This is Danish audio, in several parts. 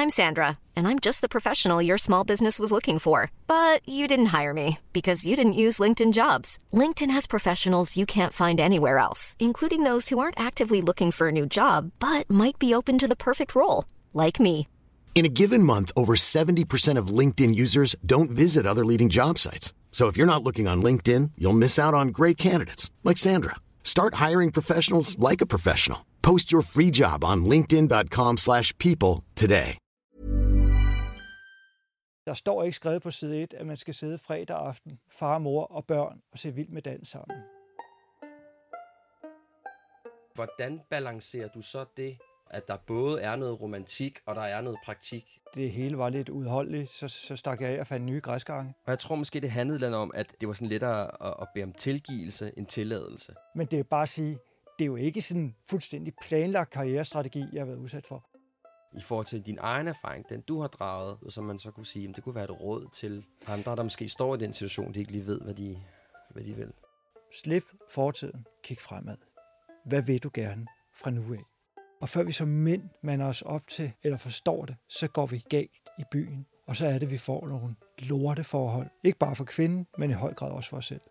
I'm Sandra, and I'm just the professional your small business was looking for. But you didn't hire me because you didn't use LinkedIn Jobs. LinkedIn has professionals you can't find anywhere else, including those who aren't actively looking for a new job, but might be open to the perfect role, like me. In a given month, over 70% of LinkedIn users don't visit other leading job sites. So if you're not looking on LinkedIn, you'll miss out on great candidates like Sandra. Start hiring professionals like a professional. Post your free job on linkedin.com/people today. Der står ikke skrevet på side 1, at man skal sidde fredag aften, far, mor og børn og se Vild med dans sammen. Hvordan balancerer du så det, at der både er noget romantik, og der er noget praktik? Det hele var lidt udholdeligt, så stak jeg af og fandt nye græsgange. Og jeg tror måske, det handlede lidt om, at det var sådan lettere at bede om tilgivelse end tilladelse. Men det er bare at sige, det er jo ikke sådan en fuldstændig planlagt karrierestrategi, jeg har været udsat for. I forhold til din egen erfaring, den du har draget, som man så kunne sige, at det kunne være et råd til andre, der måske står i den situation, de ikke lige ved, hvad de vil. Slip fortiden, kig fremad. Hvad vil du gerne fra nu af? Og før vi som mænd mander os op til, eller forstår det, så går vi galt i byen. Og så er det, vi får nogle lorteforhold. Ikke bare for kvinden, men i høj grad også for os selv.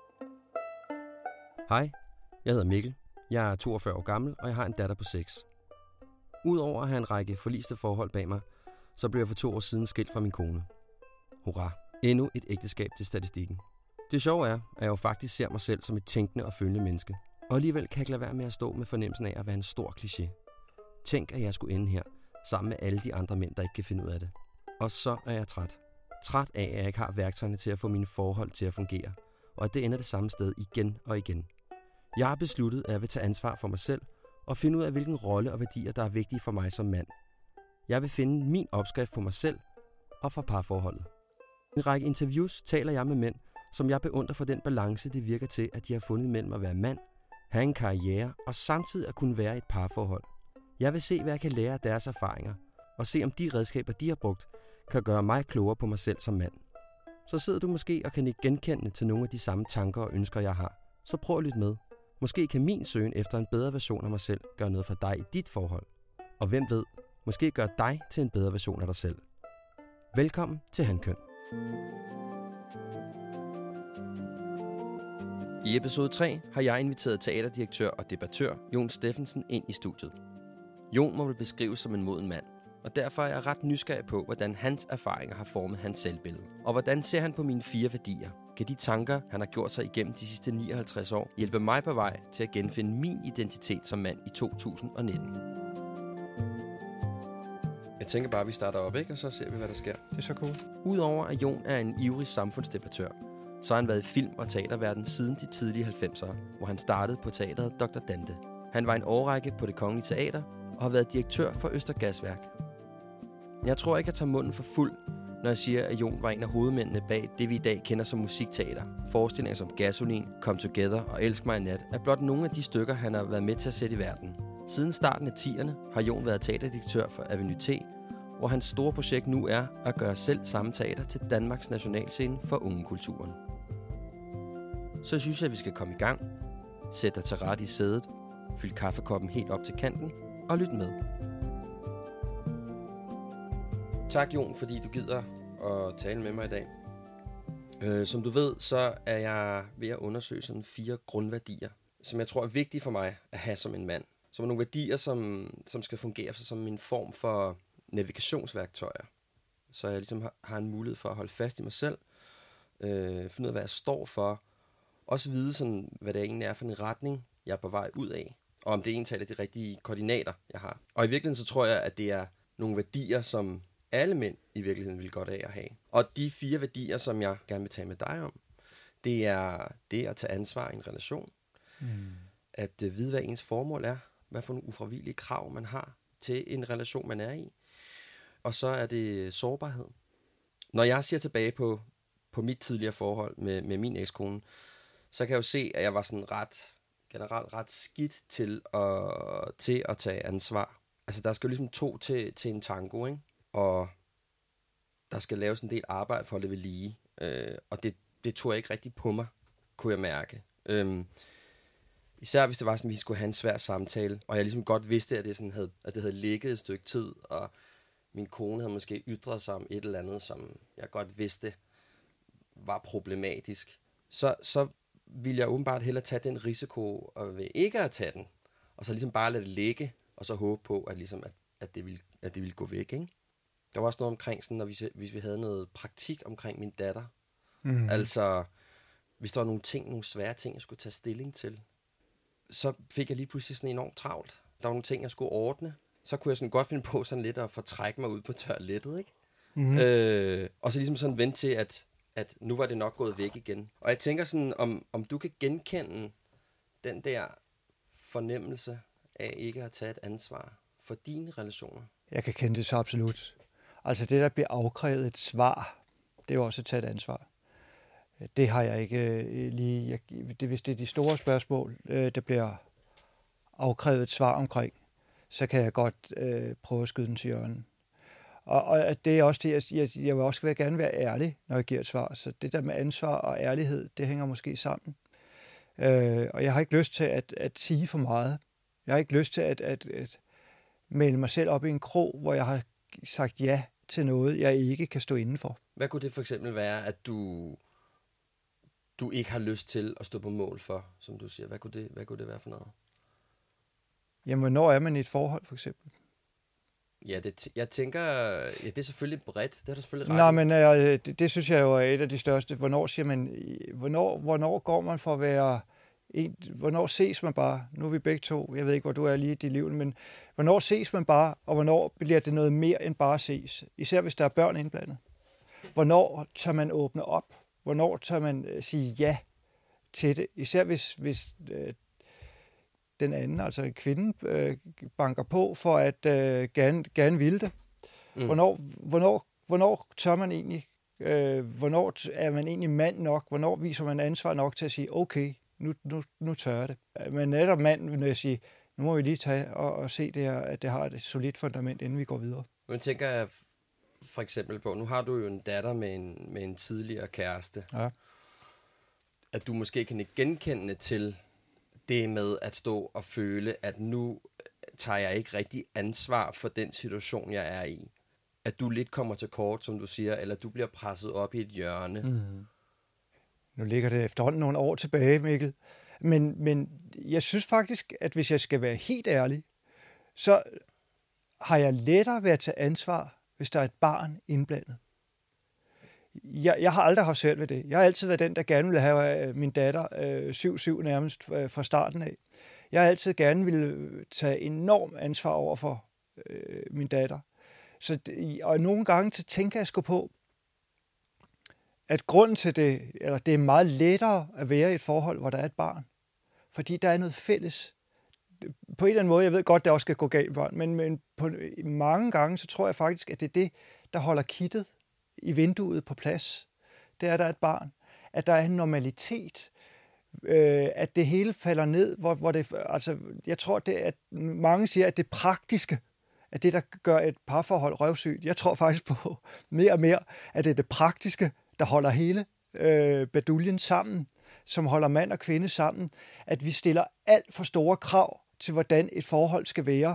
Hej, jeg hedder Mikkel. Jeg er 42 år gammel, og jeg har en datter på 6. Udover at have en række forliste forhold bag mig, så blev jeg for 2 år siden skilt fra min kone. Hurra, endnu et ægteskab til statistikken. Det sjove er, at jeg jo faktisk ser mig selv som et tænkende og følende menneske. Og alligevel kan jeg ikke lade være med at stå med fornemmelsen af at være en stor kliché. Tænk, at jeg skulle ende her, sammen med alle de andre mænd, der ikke kan finde ud af det. Og så er jeg træt. Træt af, at jeg ikke har værktøjerne til at få mine forhold til at fungere. Og at det ender det samme sted igen og igen. Jeg har besluttet, at jeg vil tage ansvar for mig selv, og finde ud af, hvilken rolle og værdier, der er vigtige for mig som mand. Jeg vil finde min opskrift på mig selv og for parforholdet. I en række interviews taler jeg med mænd, som jeg beundrer for den balance, det virker til, at de har fundet mellem at være mand, have en karriere og samtidig at kunne være i et parforhold. Jeg vil se, hvad jeg kan lære af deres erfaringer, og se om de redskaber, de har brugt, kan gøre mig klogere på mig selv som mand. Så sidder du måske og kan ikke genkende til nogle af de samme tanker og ønsker, jeg har. Så prøv at lytte med. Måske kan min søgen efter en bedre version af mig selv gøre noget for dig i dit forhold. Og hvem ved, måske gør dig til en bedre version af dig selv. Velkommen til Hankøn. I episode 3 har jeg inviteret teaterdirektør og debattør Jon Steffensen ind i studiet. Jon må vel beskrives som en moden mand, og derfor er jeg ret nysgerrig på, hvordan hans erfaringer har formet hans selvbillede. Og hvordan ser han på mine 4 værdier? Kan de tanker, han har gjort sig igennem de sidste 59 år, hjælpe mig på vej til at genfinde min identitet som mand i 2019? Jeg tænker bare, at vi starter op, ikke? Og så ser vi, hvad der sker. Det er så cool. Udover at Jon er en ivrig samfundsdebattør, så har han været i film- og teaterverden siden de tidlige 90'ere, hvor han startede på teateret Dr. Dante. Han var en årrække på Det Kongelige Teater og har været direktør for Østergasværk. Jeg tror ikke, jeg tager munden for fuld, når jeg siger, at Jon var en af hovedmændene bag det, vi i dag kender som musikteater. Forestillinger som Gasolin, Come Together og Elsk mig i nat er blot nogle af de stykker, han har været med til at sætte i verden. Siden starten af 10'erne har Jon været teaterdirektør for Avenue T, hvor hans store projekt nu er at gøre selv samme teater til Danmarks nationalscene for ungekulturen. Så synes jeg, at vi skal komme i gang. Sæt dig til rette i sædet, fyld kaffekoppen helt op til kanten og lyt med. Tak, Jon, fordi du gider at tale med mig i dag. Som du ved, så er jeg ved at undersøge sådan 4 grundværdier, som jeg tror er vigtige for mig at have som en mand. Som er nogle værdier, som skal fungere som en form for navigationsværktøjer. Så jeg ligesom har en mulighed for at holde fast i mig selv, finde ud af, hvad jeg står for, også vide, sådan, hvad det egentlig er for en retning, jeg er på vej ud af, og om det egentlig er de rigtige koordinater, jeg har. Og i virkeligheden så tror jeg, at det er nogle værdier, som alle mænd i virkeligheden vil godt af at have. Og de 4 værdier, som jeg gerne vil tale med dig om, det er det at tage ansvar i en relation, at vide, hvad ens formål er, hvad for nogle ufravigelige krav man har til en relation, man er i, og så er det sårbarhed. Når jeg ser tilbage på mit tidligere forhold med min ekskone, så kan jeg jo se, at jeg var sådan generelt ret skidt til at tage ansvar. Altså, der skal jo ligesom 2 til en tango, ikke? Og der skal laves en del arbejde for at holde det ved lige. Og det tog jeg ikke rigtig på mig, kunne jeg mærke. Især hvis det var sådan, at vi skulle have en svær samtale, og jeg ligesom godt vidste, at det havde ligget et stykke tid, og min kone havde måske ytret sig om et eller andet, som jeg godt vidste var problematisk, så ville jeg åbenbart hellere tage den risiko, og ved ikke at tage den, og så ligesom bare lade det ligge, og så håbe på, at, ligesom, at det ville gå væk, ikke? Der var også noget omkring, sådan, hvis vi havde noget praktik omkring min datter. Mm. Altså, hvis der var nogle svære ting, jeg skulle tage stilling til, så fik jeg lige pludselig sådan enormt travlt. Der var nogle ting, jeg skulle ordne. Så kunne jeg sådan godt finde på sådan lidt at fortrække mig ud på toilettet, ikke? Mm. Og så ligesom sådan vente til, at nu var det nok gået væk igen. Og jeg tænker sådan, om du kan genkende den der fornemmelse af ikke at tage et ansvar for dine relationer. Jeg kan kende det så absolut. Altså det, der bliver afkrævet et svar, det er jo også at tage et ansvar. Det har jeg ikke lige... Hvis det er de store spørgsmål, der bliver afkrævet et svar omkring, så kan jeg godt prøve at skyde den til hjørnen. Og det er også det, jeg vil også gerne være ærlig, når jeg giver et svar. Så det der med ansvar og ærlighed, det hænger måske sammen. Og jeg har ikke lyst til at sige for meget. Jeg har ikke lyst til at melde mig selv op i en krog, hvor jeg har sagt ja til noget, jeg ikke kan stå inden for. Hvad kunne det for eksempel være, at du ikke har lyst til at stå på mål for, som du siger? Hvad kunne det være for noget? Jamen, hvornår er man i et forhold, for eksempel? Ja, jeg tænker, det er selvfølgelig bredt. Det er der selvfølgelig ret. Nej, men det synes jeg jo er et af de største. Hvornår siger man, hvornår går man for at være en, hvornår ses man bare? Nu er vi begge to, jeg ved ikke, hvor du er lige i dit liv, men hvornår ses man bare, og hvornår bliver det noget mere end bare ses? Især hvis der er børn indblandet. Hvornår tør man åbne op? Hvornår tør man sige ja til det? Især hvis den anden, altså kvinden, banker på for at gerne ville det. Mm. Hvornår tør man egentlig? Hvornår er man egentlig mand nok? Hvornår viser man ansvar nok til at sige, okay, nu tør jeg det. Men netop manden vil jeg sige, nu må vi lige tage og se det her, at det har et solidt fundament, inden vi går videre. Men tænker jeg for eksempel på, nu har du jo en datter med en tidligere kæreste. Ja. At du måske kan genkende til det med at stå og føle, at nu tager jeg ikke rigtig ansvar for den situation, jeg er i. At du lidt kommer til kort, som du siger, eller du bliver presset op i et hjørne. Mm. Nu ligger det efterhånden nogle år tilbage, Mikkel. Men jeg synes faktisk, at hvis jeg skal være helt ærlig, så har jeg lettere ved at tage ansvar, hvis der er et barn indblandet. Jeg har aldrig haft svært ved det. Jeg har altid været den, der gerne ville have min datter 7-7 nærmest fra starten af. Jeg har altid gerne ville tage enormt ansvar over for min datter. Og nogle gange så tænker jeg sgu på, at grunden til det, eller det er meget lettere at være i et forhold, hvor der er et barn. Fordi der er noget fælles. På en eller anden måde, jeg ved godt, det også skal gå galt børn, men på mange gange, så tror jeg faktisk, at det er det, der holder kittet i vinduet på plads. Det er, at der er et barn. At der er en normalitet. At det hele falder ned, hvor det, altså, jeg tror, det at mange siger, at det praktiske, at det, der gør et parforhold røvsygt. Jeg tror faktisk på mere og mere, at det er det praktiske, der holder hele baduljen sammen, som holder mand og kvinde sammen, at vi stiller alt for store krav til, hvordan et forhold skal være.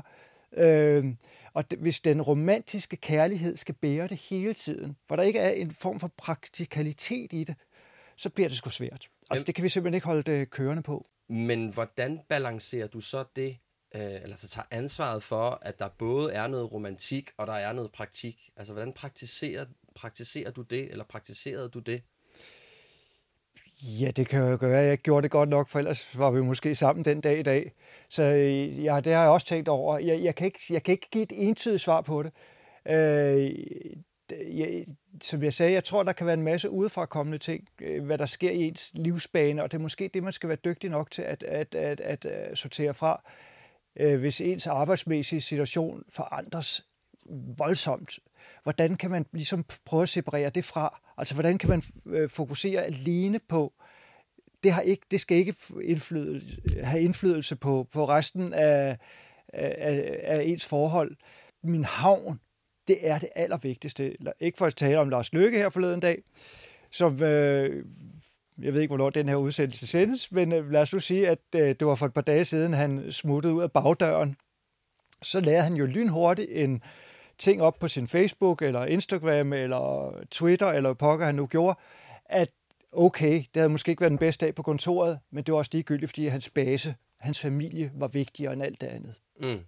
Og hvis den romantiske kærlighed skal bære det hele tiden, hvor der ikke er en form for praktikalitet i det, så bliver det sgu svært. Altså det kan vi simpelthen ikke holde det kørende på. Men hvordan balancerer du så det, eller så tager ansvaret for, at der både er noget romantik, og der er noget praktik? Altså hvordan praktiserer du det, eller praktiserede du det? Ja, det kan jo gøre. Jeg gjorde det godt nok, for ellers var vi måske sammen den dag i dag. Så ja, det har jeg også tænkt over. Jeg kan ikke give et entydigt svar på det. Som jeg sagde, jeg tror, der kan være en masse udefrakommende ting, hvad der sker i ens livsbane, og det er måske det, man skal være dygtig nok til at sortere fra. Hvis ens arbejdsmæssige situation forandres voldsomt, hvordan kan man ligesom prøve at separere det fra? Altså, hvordan kan man fokusere alene på, det skal ikke have indflydelse på resten af ens forhold. Min havn, det er det allervigtigste. Ikke for at tale om Lars Løkke her forleden dag, som, jeg ved ikke, hvornår den her udsendelse sendes, men lad os nu sige, at det var for et par dage siden, han smuttede ud af bagdøren. Så lavede han jo lynhurtigt en ting op på sin Facebook, eller Instagram, eller Twitter, eller pokker han nu gjorde, at okay, det havde måske ikke været den bedste dag på kontoret, men det var også ligegyldigt, fordi hans base, hans familie, var vigtigere end alt det andet. Mm.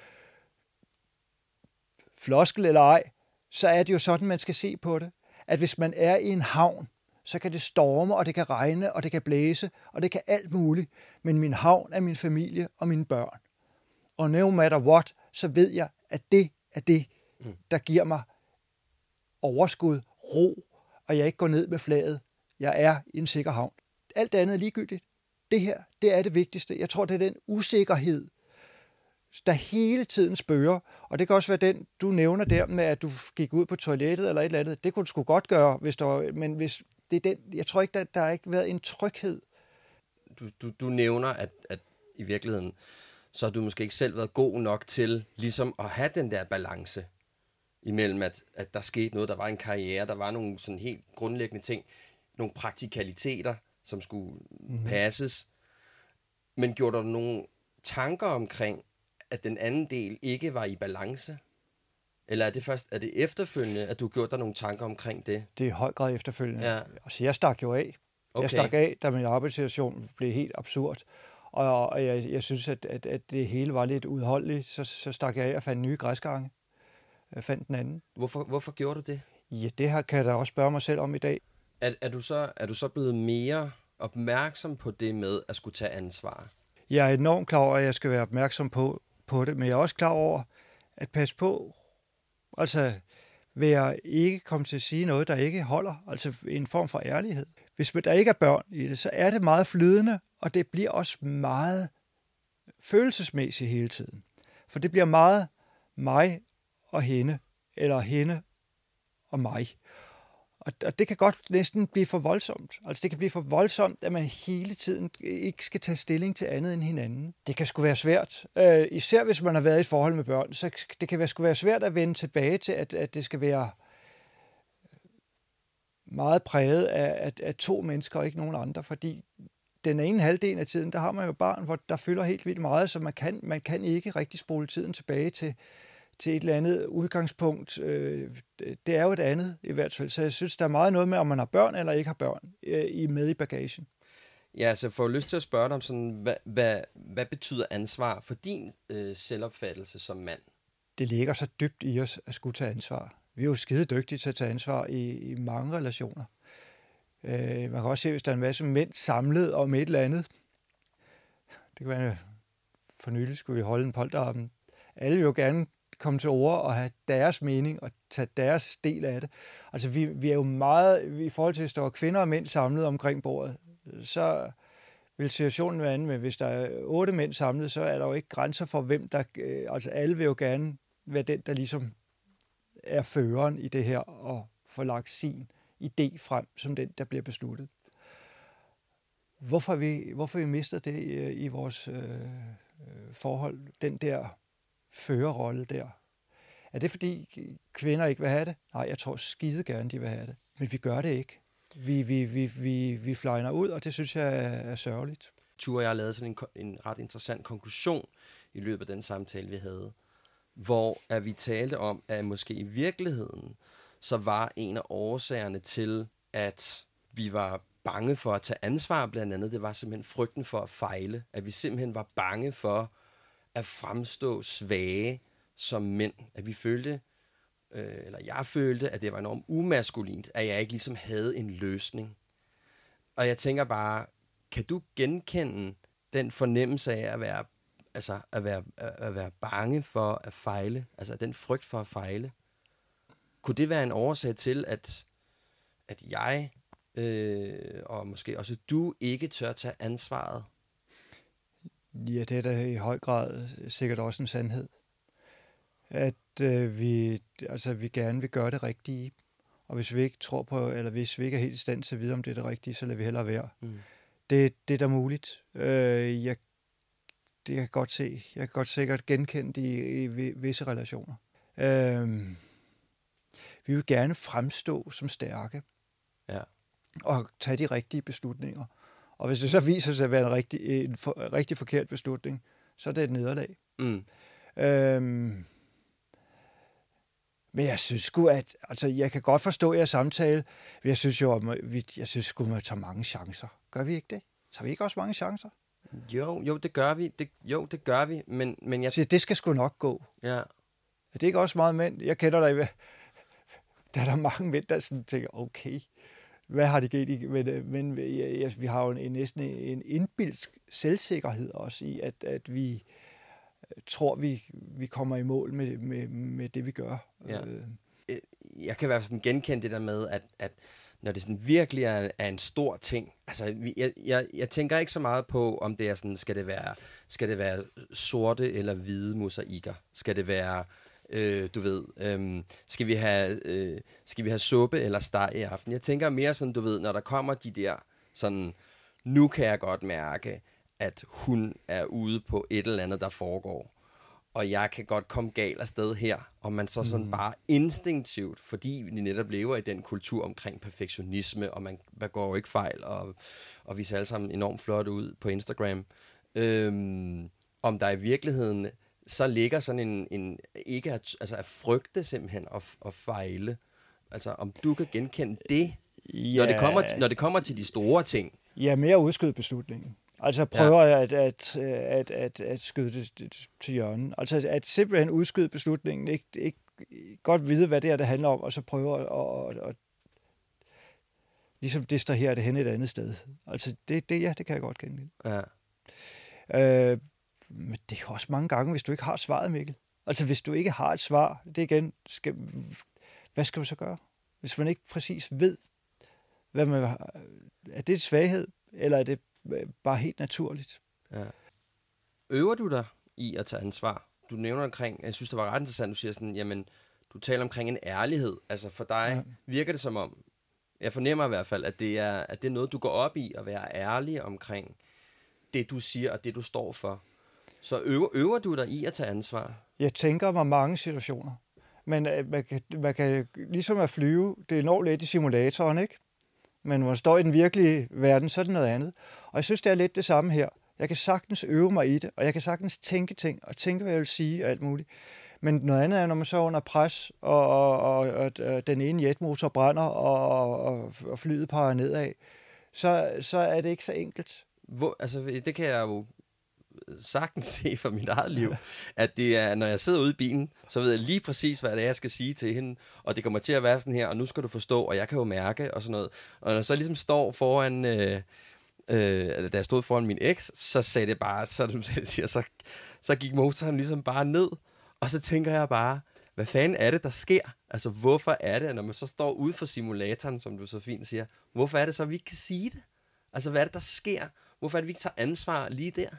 Floskel eller ej, så er det jo sådan, man skal se på det. At hvis man er i en havn, så kan det storme, og det kan regne, og det kan blæse, og det kan alt muligt. Men min havn er min familie og mine børn. Og no matter what, så ved jeg, at det er det, der giver mig overskud, ro, og jeg ikke går ned med flaget. Jeg er i en sikker havn. Alt andet er ligegyldigt. Det her, det er det vigtigste. Jeg tror, det er den usikkerhed, der hele tiden spørger. Og det kan også være den, du nævner der med, at du gik ud på toilettet eller et eller andet. Det kunne du sgu godt gøre, hvis der var, men hvis det er den, jeg tror ikke, der har ikke været en tryghed. Du nævner, at i virkeligheden, så har du måske ikke selv været god nok til ligesom at have den der balance imellem, at der skete noget, der var en karriere, der var nogle sådan helt grundlæggende ting, nogle praktikaliteter, som skulle passes. Men gjorde der nogle tanker omkring, at den anden del ikke var i balance? Eller er det efterfølgende, at du gjorde dig nogle tanker omkring det? Det er i høj grad efterfølgende. Ja. Altså, jeg stak jo af. Okay. Jeg stak af, da min arbejdssituation blev helt absurd. Og jeg synes, at det hele var lidt udholdeligt. Så stak jeg af og fandt nye græsgange. Jeg fandt den anden. Hvorfor gjorde du det? Ja, det her kan jeg da også spørge mig selv om i dag. Er du så blevet mere opmærksom på det med at skulle tage ansvar? Jeg er enormt klar over, at jeg skal være opmærksom på det, men jeg er også klar over at passe på, altså vil jeg ikke komme til at sige noget, der ikke holder, altså en form for ærlighed. Hvis der ikke er børn i det, så er det meget flydende, og det bliver også meget følelsesmæssigt hele tiden. For det bliver meget mig og hende, eller hende og mig. Og det kan godt næsten blive for voldsomt. Altså det kan blive for voldsomt, at man hele tiden ikke skal tage stilling til andet end hinanden. Det kan sgu være svært. Især hvis man har været i et forhold med børn, så det kan sgu være svært at vende tilbage til, at det skal være meget præget af to mennesker og ikke nogen andre. Fordi den ene halvdel af tiden, der har man jo barn, hvor der fylder helt vildt meget, så man kan ikke rigtig spole tiden tilbage til et eller andet udgangspunkt. Det er jo et andet i hvert fald. Så jeg synes, der er meget noget med, om man har børn eller ikke har børn med i bagagen. Ja, så jeg får lyst til at spørge dig om sådan, hvad betyder ansvar for din selvopfattelse som mand? Det ligger så dybt i os at skulle tage ansvar. Vi er jo skide dygtige til at tage ansvar i mange relationer. Man kan også se, hvis der er en masse mænd samlet om et eller andet. Det kan være, for nylig skulle vi holde en polterappen. Alle vil jo gerne komme til ord og have deres mening og tage deres del af det. Altså vi er jo meget, i forhold til at stå kvinder og mænd samlet omkring bordet, så vil situationen være anden, men hvis der er 8 mænd samlet, så er der jo ikke grænser for hvem der, altså alle vil jo gerne være den, der ligesom er føreren i det her og får lagt sin idé frem, som den, der bliver besluttet. Hvorfor vi mistet det i vores forhold, den der førerrolle der? Er det fordi kvinder ikke vil have det? Nej, jeg tror skide gerne, de vil have det. Men vi gør det ikke. Vi flyner ud, og det synes jeg er sørgeligt. Ture og jeg har lavet sådan en ret interessant konklusion i løbet af den samtale, vi havde, hvor at vi talte om, at måske i virkeligheden, så var en af årsagerne til, at vi var bange for at tage ansvar blandt andet, det var simpelthen frygten for at fejle. At vi simpelthen var bange for at fremstå svage som mænd. At vi følte, eller jeg følte, at det var enormt umaskulint, at jeg ikke ligesom havde en løsning. Og jeg tænker bare, kan du genkende den fornemmelse af at være bange for at fejle? Altså den frygt for at fejle? Kunne det være en årsag til, at jeg, og måske også du, ikke tør tage ansvaret? Ja, det er da i høj grad sikkert også en sandhed. At vi gerne vil gøre det rigtige. Og hvis vi ikke tror på, eller hvis vi ikke er helt i stand til at vide, om det er det rigtige, så lader vi hellere være. Mm. Det er da muligt. Det kan jeg godt se. Jeg kan godt sikkert genkende det i visse relationer. Vi vil gerne fremstå som stærke. Ja. Og tage de rigtige beslutninger. Og hvis det så viser sig at være en rigtig forkert beslutning, så er det et nederlag. Mm. Men jeg synes sgu, at... Altså, jeg kan godt forstå jeres samtale. Men jeg synes jo, jeg synes sgu, man tager mange chancer. Gør vi ikke det? Tager vi ikke også mange chancer? Jo, det gør vi. Det gør vi, men jeg... Så det skal sgu nok gå. Ja. Er det ikke også meget mænd? Jeg kender dig. Der er der mange mænd, der sådan tænker, okay, hvad har de givet i? Men vi har jo næsten en indbildsk selvsikkerhed også i, at vi tror, vi kommer i mål med det, vi gør. Ja. Jeg kan i hvert fald sådan genkende det der med, at når det sådan virkelig er en stor ting, altså jeg tænker ikke så meget på, om det er sådan, skal det være sorte eller hvide mosaikker? Skal det være, du ved, skal vi have suppe eller steg i aften? Jeg tænker mere sådan, du ved, når der kommer de der sådan, nu kan jeg godt mærke, at hun er ude på et eller andet, der foregår. Og jeg kan godt komme galt afsted her, og man så sådan bare instinktivt, fordi vi netop lever i den kultur omkring perfektionisme, og man går jo ikke fejl, og vi ser alle sammen enormt flot ud på Instagram. Om der i virkeligheden så ligger sådan en ikke at frygte simpelthen at fejle. Altså om du kan genkende det, når det kommer til de store ting. Ja, mere udskyde beslutningen. Altså prøver at skyde det til hjørnen. Altså at simpelthen udskyde beslutningen, ikke godt vide, hvad det er, det handler om, og så prøver at ligesom distrahere det hen et andet sted. Altså det kan jeg godt kende. Ja. Men det er jo også mange gange, hvis du ikke har svaret, Mikkel. Altså hvis du ikke har et svar, det igen, hvad skal du så gøre? Hvis man ikke præcis ved, hvad man er det et svaghed, eller er det bare helt naturligt? Ja. Øver du dig i at tage ansvar? Du nævner omkring, jeg synes, det var ret interessant, du siger sådan, jamen, du taler omkring en ærlighed. Altså for dig virker det som om, jeg fornemmer i hvert fald, at det er noget, du går op i, at være ærlig omkring det, du siger, og det, du står for. Så øver du dig i at tage ansvar? Jeg tænker mig mange situationer. Men man kan ligesom at flyve, det er enormt let i simulatoren, ikke? Men når man står i den virkelige verden, så er det noget andet. Og jeg synes, det er lidt det samme her. Jeg kan sagtens øve mig i det, og jeg kan sagtens tænke ting, og tænke, hvad jeg vil sige, og alt muligt. Men noget andet er, når man så er under pres, og den ene jetmotor brænder, og flyet peger nedad, så er det ikke så enkelt. Det kan jeg jo sagtens se for mit eget liv, at det er, når jeg sidder ude i bilen, så ved jeg lige præcis, hvad det er, jeg skal sige til hende, og det kommer til at være sådan her, og nu skal du forstå, og jeg kan jo mærke, og sådan noget. Og når jeg så ligesom står foran, da jeg stod foran min eks, så sagde det bare, så gik motoren ligesom bare ned, og så tænker jeg bare, hvad fanden er det, der sker? Altså, hvorfor er det, når man så står ude for simulatoren, som du så fint siger, hvorfor er det så, at vi ikke kan sige det? Altså, hvad er det, der sker? Hvorfor er det, vi ikke tager ansvar lige der?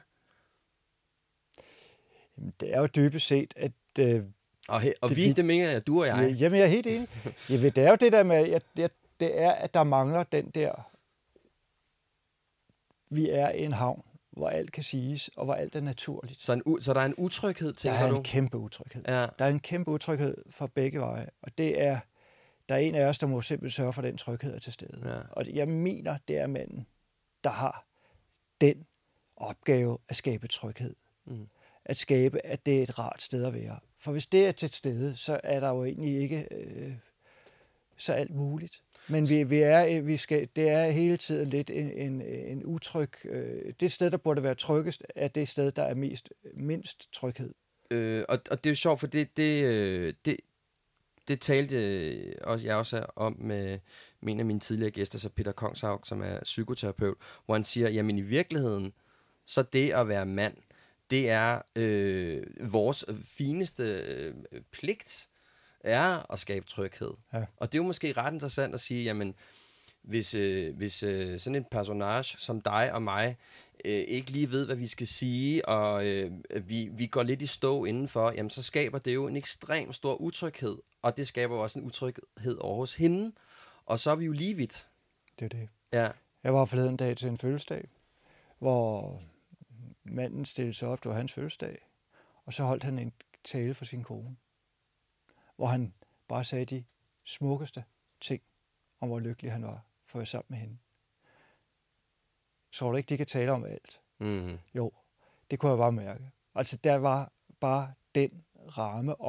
Det er jo dybest set, at... det mener jeg, du og jeg. Jamen, jeg er helt enig. Det er jo det der med, det er, at der mangler den der... Vi er i en havn, hvor alt kan siges, og hvor alt er naturligt. Så der er en utryghed, tænker du? Der er en kæmpe utryghed. Ja. Der er en kæmpe utryghed fra begge veje, og det er... Der er en af os, der må simpelthen sørge for, den tryghed er til stede. Ja. Og jeg mener, det er manden, der har den opgave at skabe tryghed. Mm. At skabe, at det er et rart sted at være. For hvis det er til stede, så er der jo egentlig ikke så alt muligt. Men det er hele tiden lidt en utryg... det sted, der burde være tryggest, er det sted, der er mindst tryghed. Og det er jo sjovt, for det talte jeg også om med en af mine tidligere gæster, så Peter Kongshaug, som er psykoterapeut, hvor han siger, jamen i virkeligheden, så det at være mand, det er vores fineste pligt, er at skabe tryghed. Ja. Og det er jo måske ret interessant at sige, jamen, hvis sådan en personage som dig og mig ikke lige ved, hvad vi skal sige, og vi går lidt i stå indenfor, jamen så skaber det jo en ekstrem stor utryghed, og det skaber også en utryghed over hos hende, og så er vi jo lige vidt. Det er det. Ja. Jeg var forleden dag til en fødselsdag, hvor manden stillede sig op, det var hans fødselsdag, og så holdt han en tale for sin kone, hvor han bare sagde de smukkeste ting om, hvor lykkelig han var for at være sammen med hende. Så du ikke, de kan tale om alt? Jo, det kunne jeg bare mærke. Altså, der var bare den ramme om,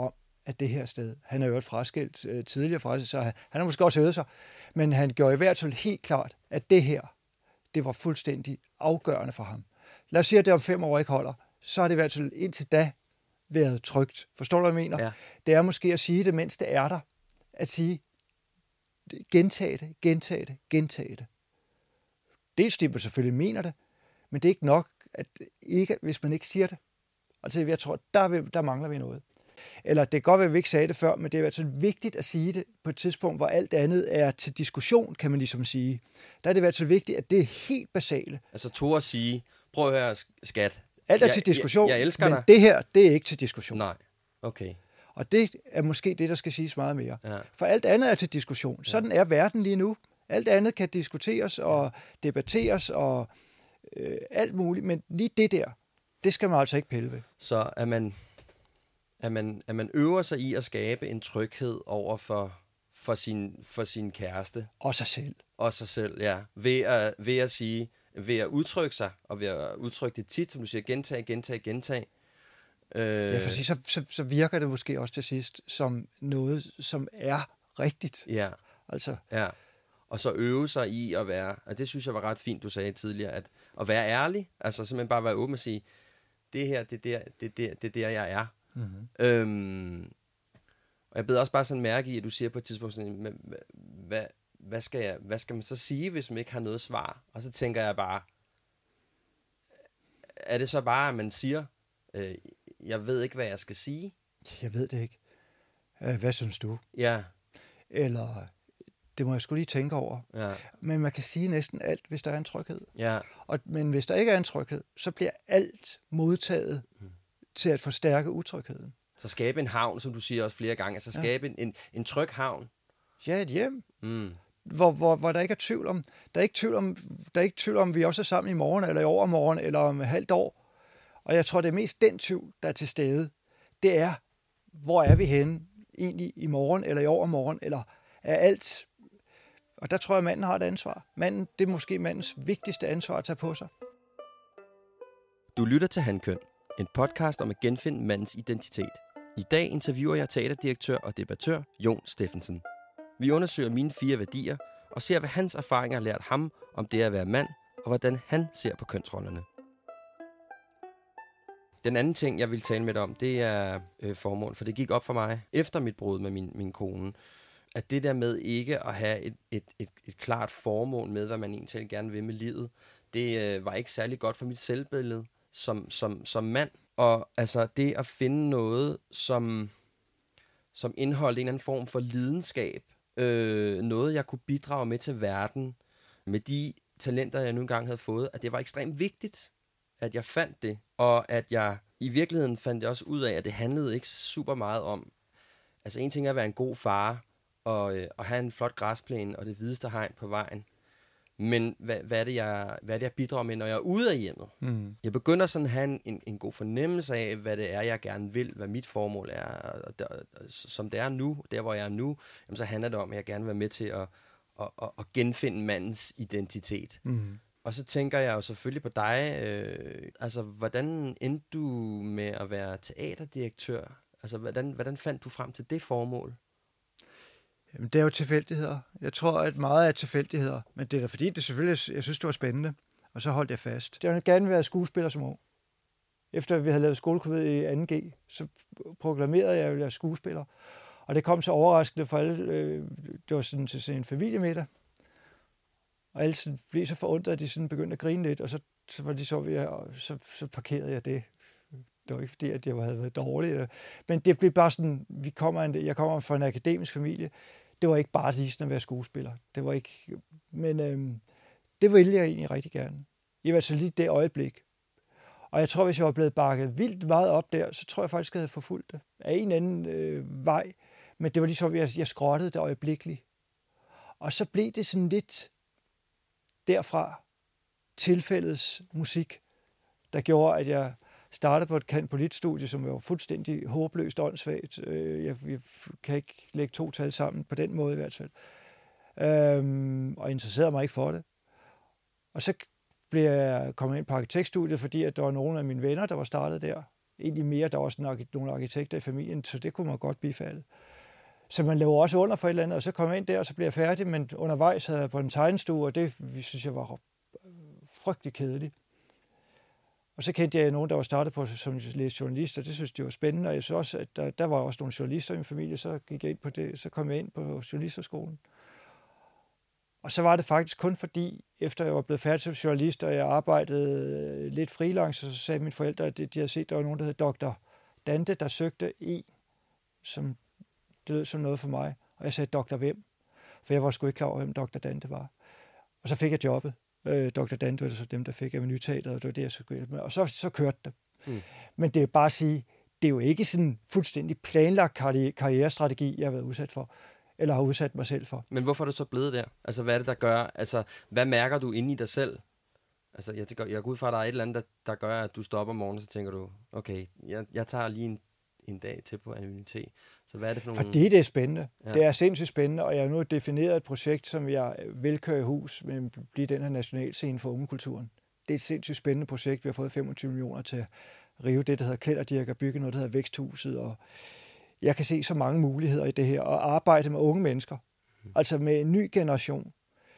af det her sted. Han er jo et fraskilt tidligere fra sig, så han har måske også øvet sig. Men han gjorde i hvert fald helt klart, at det her, det var fuldstændig afgørende for ham. Lad os sige, at det om 5 år ikke holder. Så har det i hvert fald indtil da været trygt. Forstår du, hvad jeg mener? Ja. Det er måske at sige det, mens det er der. At sige, gentage det. Dels det, man selvfølgelig mener det, men det er ikke nok, at ikke, hvis man ikke siger det. Altså, jeg tror, der mangler vi noget. Eller det kan godt være, at vi ikke sagde det før, men det er i hvert fald vigtigt at sige det på et tidspunkt, hvor alt andet er til diskussion, kan man ligesom sige. Der er det i hvert fald vigtigt, at det er helt basale. Altså tog at sige, prøv at høre, skat. Alt er til diskussion, jeg elsker men dig. det her, det er ikke til diskussion. Nej, okay. Og det er måske det, der skal siges meget mere. Ja. For alt andet er til diskussion. Sådan er verden lige nu. Alt andet kan diskuteres og debatteres og alt muligt, men lige det der, det skal man altså ikke pille ved. Så at man øver sig i at skabe en tryghed over for sin kæreste. Og sig selv. Og sig selv, ja. Ved at udtrykke sig, og ved at udtrykke det tit, som du siger, gentage. Ja, for så virker det måske også til sidst som noget, som er rigtigt. Ja. Altså. Ja. Og så øve sig i at være, og det synes jeg var ret fint, du sagde tidligere, at være ærlig, altså simpelthen bare være åben og sige, det her, det er der, jeg er. Mm-hmm. Og jeg beder også bare sådan mærke i, at du siger på et tidspunkt sådan, hvad skal man så sige, hvis man ikke har noget svar? Og så tænker jeg bare, er det så bare, at man siger, jeg ved ikke, hvad jeg skal sige? Jeg ved det ikke. Hvad synes du? Ja. Eller, det må jeg sgu lige tænke over. Ja. Men man kan sige næsten alt, hvis der er en tryghed. Ja. Men hvis der ikke er en tryghed, så bliver alt modtaget til at forstærke utrygheden. Så skabe en havn, som du siger også flere gange. Altså skabe en tryg havn. Ja, et hjem. Hvor der ikke er tvivl om. Der er ikke tvivl om, vi også er sammen i morgen, eller i overmorgen, eller om et halvt år. Og jeg tror, det er mest den tvivl, der er til stede. Det er, hvor er vi henne? Egentlig i morgen, eller i overmorgen, eller er alt. Og der tror jeg, at manden har et ansvar. Det er måske mandens vigtigste ansvar at tage på sig. Du lytter til Hankøn, en podcast om at genfinde mandens identitet. I dag interviewer jeg teaterdirektør og debattør Jon Steffensen. Vi undersøger mine 4 værdier og ser, hvad hans erfaringer har lært ham om det at være mand, og hvordan han ser på kønsrollerne. Den anden ting, jeg vil tale med dig om, det er formål, for det gik op for mig efter mit brud med min kone, at det der med ikke at have et klart formål med, hvad man egentlig gerne vil med livet, det var ikke særlig godt for mit selvbillede som mand. Og altså det at finde noget, som indeholdt en eller anden form for lidenskab, noget jeg kunne bidrage med til verden, med de talenter, jeg nu engang havde fået, at det var ekstremt vigtigt, at jeg fandt det, og at jeg i virkeligheden fandt jeg også ud af, at det handlede ikke super meget om, altså en ting er at være en god far, og have en flot græsplæne, og det hvideste hegn på vejen, men hvad er det, jeg bidrager med, når jeg er ude af hjemmet? Mm. Jeg begynder sådan at have en god fornemmelse af, hvad det er, jeg gerne vil, hvad mit formål er, og som det er nu, der hvor jeg er nu, jamen, så handler det om, at jeg gerne vil være med til at genfinde mandens identitet. Mm. Og så tænker jeg jo selvfølgelig på dig, altså hvordan endte du med at være teaterdirektør? Altså hvordan fandt du frem til det formål? Jamen, det er jo tilfældigheder. Jeg tror, at meget er tilfældigheder, men det er da fordi, det selvfølgelig, jeg synes, det var spændende, og så holdt jeg fast. Jeg ville gerne være skuespiller som ung. Efter vi havde lavet skolekomedie i 2G, så proklamerede jeg, at jeg ville være skuespiller. Og det kom så overraskende for alle. Det var sådan til en familiemiddag. Og alle blev så forundret, at de sådan begyndte at grine lidt, og så var de så ved at, så parkerede jeg det. Det var ikke fordi, at jeg havde været dårlig. Men det blev bare sådan, jeg kommer fra en akademisk familie. Det var ikke bare lige sådan at være skuespiller. Det var ikke, men det ville jeg egentlig rigtig gerne. I hvert fald lige det øjeblik. Og jeg tror, hvis jeg var blevet bakket vildt meget op der, så tror jeg faktisk, at jeg havde forfulgt det af en anden vej. Men det var ligesom, at jeg skrottede det øjeblikkeligt. Og så blev det sådan lidt derfra tilfældets musik, der gjorde, at jeg startede på et kanpolitstudie, som var fuldstændig håbløst åndssvagt. Jeg kan ikke lægge 2 tal sammen på den måde i hvert fald. Og interesserede mig ikke for det. Og så blev jeg kommet ind på arkitektstudiet, fordi at der var nogle af mine venner, der var startet der. Egentlig mere, der var også nogle arkitekter i familien, så det kunne man godt bifalde. Så man laver også under for et eller andet, og så kom jeg ind der, og så blev jeg færdig, men undervejs havde jeg på en tegnestue, og det synes jeg var frygtelig kedeligt. Og så kendte jeg nogen, der var startet på som læste journalist, og det synes jeg var spændende, og jeg så også, at der var også nogle journalister i min familie, så gik jeg ind på det, så kom jeg ind på journalisterskolen. Og så var det faktisk kun fordi, efter jeg var blevet færdig som journalist, og jeg arbejdede lidt freelance, så sagde mine forældre, at de havde set, at der var nogen, der hed Dr. Dante, der søgte en, som det lød som noget for mig. Og jeg sagde, Dr. hvem? For jeg var sgu ikke klar over, hvem Dr. Dante var. Og så fik jeg jobbet. Dr. Dante var det så dem, der fik Avenyteatret, og det var det, jeg skulle hjælpe med. Og så kørte det. Men det er bare at sige, det er jo ikke sådan en fuldstændig planlagt karrierestrategi, jeg har været udsat for, eller har udsat mig selv for. Men hvorfor er du så blevet der? Altså, hvad er det, der gør? Altså, hvad mærker du inde i dig selv? Altså, jeg går ud fra, at der er et eller andet, der gør, at du stopper om morgenen, så tænker du, okay, jeg tager lige en dag til på Aveny. Så hvad er det for nogle... Fordi det er spændende. Ja. Det er sindssygt spændende, og jeg har nu defineret et projekt, som jeg vil køre i hus, men blive den her nationalscene for ungekulturen. Det er et sindssygt spændende projekt. Vi har fået 25 millioner til at rive det, der hedder Kælderdirk, og bygge noget, der hedder Væksthuset, og jeg kan se så mange muligheder i det her, og arbejde med unge mennesker. Altså med en ny generation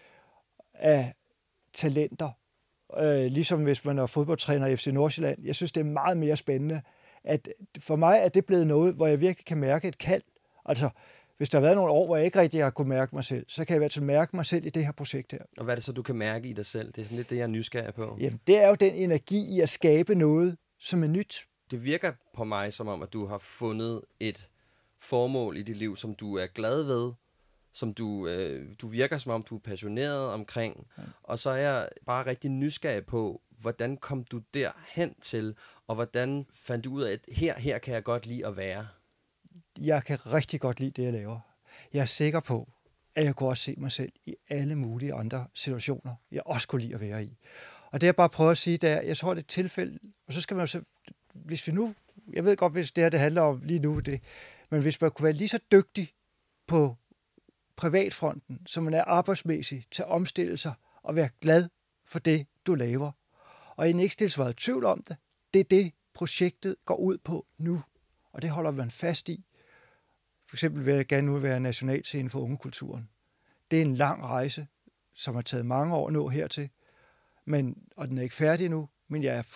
af talenter. Ligesom hvis man er fodboldtræner i FC Nordsjælland. Jeg synes, det er meget mere spændende, at for mig er det blevet noget, hvor jeg virkelig kan mærke et kald. Altså, hvis der har været nogle år, hvor jeg ikke rigtig har kunnet mærke mig selv, så kan jeg i hvert fald mærke mig selv i det her projekt her. Og hvad er det så, du kan mærke i dig selv? Det er sådan lidt det, jeg er nysgerrig på. Jamen, det er jo den energi i at skabe noget, som er nyt. Det virker på mig som om, at du har fundet et formål i dit liv, som du er glad ved, som du virker som om, du er passioneret omkring. Ja. Og så er jeg bare rigtig nysgerrig på, hvordan kom du derhen til, og hvordan fandt du ud af, at her kan jeg godt lide at være? Jeg kan rigtig godt lide det, jeg laver. Jeg er sikker på, at jeg kunne også se mig selv i alle mulige andre situationer, jeg også kunne lide at være i. Og det jeg bare prøver at sige, det er, jeg tror, det er et tilfælde, og så skal man jo så, hvis vi nu, jeg ved godt, hvis det her det handler om lige nu, det, men hvis man kunne være lige så dygtig på privatfronten, som man er arbejdsmæssigt, til at omstille sig og være glad for det, du laver. Og en ikke stille sig i tvivl om det. Det er det, projektet går ud på nu. Og det holder man fast i. For eksempel vil jeg gerne nu være nationalscene for ungekulturen. Det er en lang rejse, som har taget mange år at nå hertil. Og den er ikke færdig nu, men jeg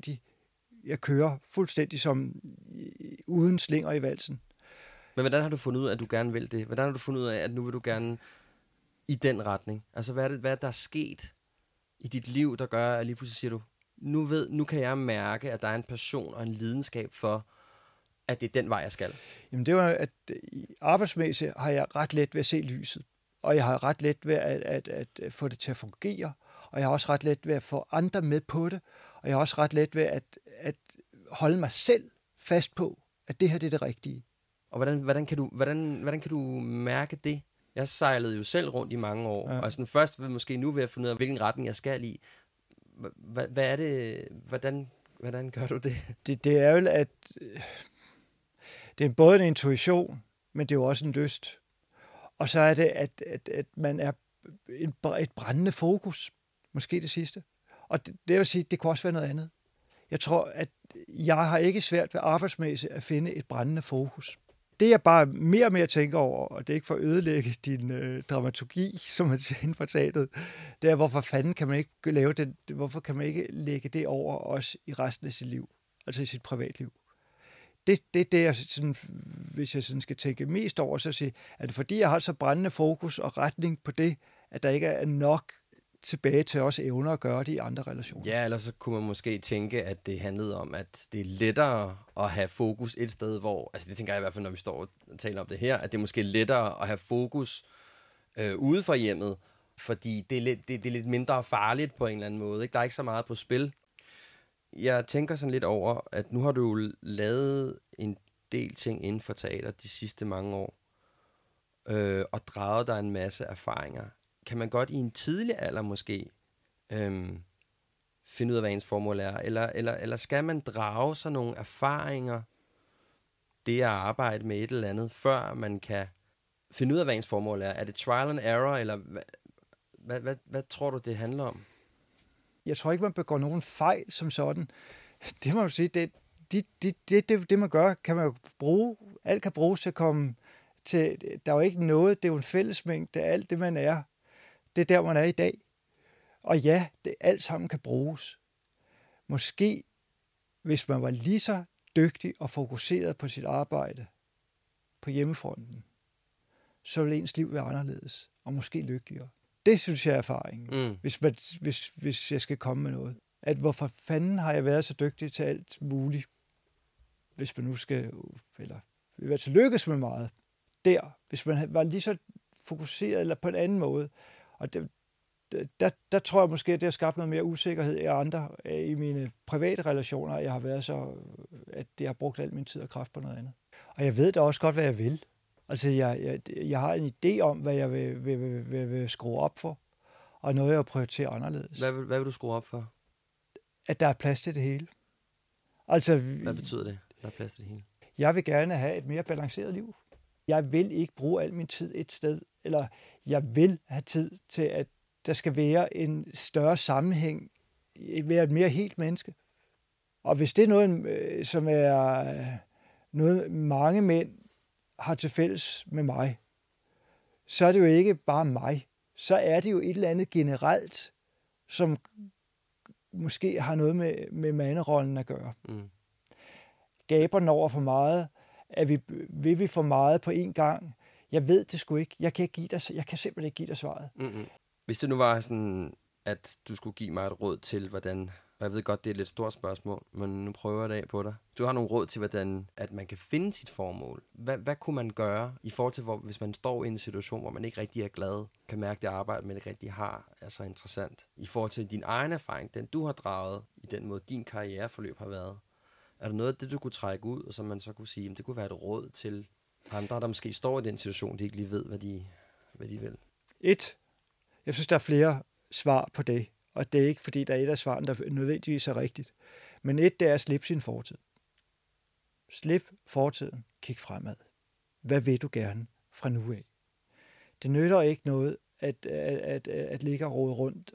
kører fuldstændig som uden slinger i valsen. Men hvordan har du fundet ud af, at du gerne vil det? Hvordan har du fundet ud af, at nu vil du gerne i den retning? Altså, hvad er der er sket i dit liv, der gør, at lige pludselig siger du, nu kan jeg mærke, at der er en passion og en lidenskab for, at det er den vej, jeg skal? Jamen, det var, at arbejdsmæssigt har jeg ret let ved at se lyset. Og jeg har ret let ved at få det til at fungere. Og jeg har også ret let ved at få andre med på det. Og jeg har også ret let ved at holde mig selv fast på, at det her det er det rigtige. Og hvordan kan du mærke det? Jeg sejlede jo selv rundt i mange år, ja. Og sådan først måske nu ved at finde ud af, hvilken retning jeg skal i. Hvad er det? Hvordan gør du det? Det er jo, at det er både en intuition, men det er jo også en lyst. Og så er det, at man er et brændende fokus. Måske det sidste. Og det vil sige, det kunne også være noget andet. Jeg tror, at jeg har ikke svært ved arbejdsmæssigt at finde et brændende fokus. Det jeg bare mere og mere tænker over, og det er ikke for at ødelægge din dramaturgi, som man siger inden for teatret, det er, hvorfor fanden kan man ikke lave det, hvorfor kan man ikke lægge det over også i resten af sit liv, altså i sit privatliv. Det er det, jeg sådan, hvis jeg sådan skal tænke mest over, så sige, at det fordi jeg har så brændende fokus og retning på det, at der ikke er nok tilbage til også evner at gøre det i andre relationer. Ja, eller så kunne man måske tænke, at det handlede om, at det er lettere at have fokus et sted, hvor, altså det tænker jeg i hvert fald, når vi står og taler om det her, at det er måske lettere at have fokus ude for hjemmet, fordi det er lidt mindre farligt på en eller anden måde. Ikke? Der er ikke så meget på spil. Jeg tænker sådan lidt over, at nu har du jo lavet en del ting inden for teater de sidste mange år, og draget dig en masse erfaringer. Kan man godt i en tidlig alder måske finde ud af, hvad ens formål er? Eller skal man drage sig nogle erfaringer, det at arbejde med et eller andet, før man kan finde ud af, hvad ens formål er? Er det trial and error, eller hvad tror du, det handler om? Jeg tror ikke, man begår nogen fejl som sådan. Det må man sige, det man gør, kan man jo bruge. Alt kan bruges til at komme til. Der er jo ikke noget, det er jo en fællesmængde, det er alt det, man er. Det er der, man er i dag. Og ja, det alt sammen kan bruges. Måske, hvis man var lige så dygtig og fokuseret på sit arbejde på hjemmefronten, så ville ens liv være anderledes, og måske lykkeligere. Det synes jeg er erfaringen, hvis jeg skal komme med noget. At hvorfor fanden har jeg været så dygtig til alt muligt, hvis man nu skal, eller vil være til lykkes med meget, der, hvis man var lige så fokuseret, eller på en anden måde. Og der tror jeg måske, at det har skabt noget mere usikkerhed i andre, i mine private relationer, jeg har været så, at jeg har brugt al min tid og kraft på noget andet. Og jeg ved da også godt, hvad jeg vil. Altså, jeg har en idé om, hvad jeg vil skrue op for, og noget, jeg vil prioritere anderledes. Hvad vil du skrue op for? At der er plads til det hele. Altså, hvad betyder det, der er plads til det hele? Jeg vil gerne have et mere balanceret liv. Jeg vil ikke bruge al min tid et sted, eller jeg vil have tid til, at der skal være en større sammenhæng, være et mere helt menneske. Og hvis det er noget, som er noget, mange mænd har til fælles med mig, så er det jo ikke bare mig. Så er det jo et eller andet generelt, som måske har noget med manderollen at gøre. Gaber den over for meget? Vil vi for meget på én gang? Jeg ved det sgu ikke. Jeg kan simpelthen ikke give dig svaret. Hvis det nu var sådan, at du skulle give mig et råd til, hvordan, og jeg ved godt, det er et lidt stort spørgsmål, men nu prøver jeg det af på dig. Du har nogle råd til, hvordan at man kan finde sit formål. Hvad kunne man gøre i forhold til, hvis man står i en situation, hvor man ikke rigtig er glad, kan mærke det arbejde, man ikke rigtig har, er så interessant. I forhold til din egen erfaring, den du har draget i den måde, din karriereforløb har været. Er der noget af det, du kunne trække ud, og som man så kunne sige, det kunne være et råd til andre, der måske står i den situation, de ikke lige ved, hvad de vil? Jeg synes, der er flere svar på det, og det er ikke, fordi der er et af svarene, der nødvendigvis er rigtigt. Men det er at slippe sin fortid. Slip fortiden. Kig fremad. Hvad vil du gerne fra nu af? Det nytter ikke noget at ligge og rode rundt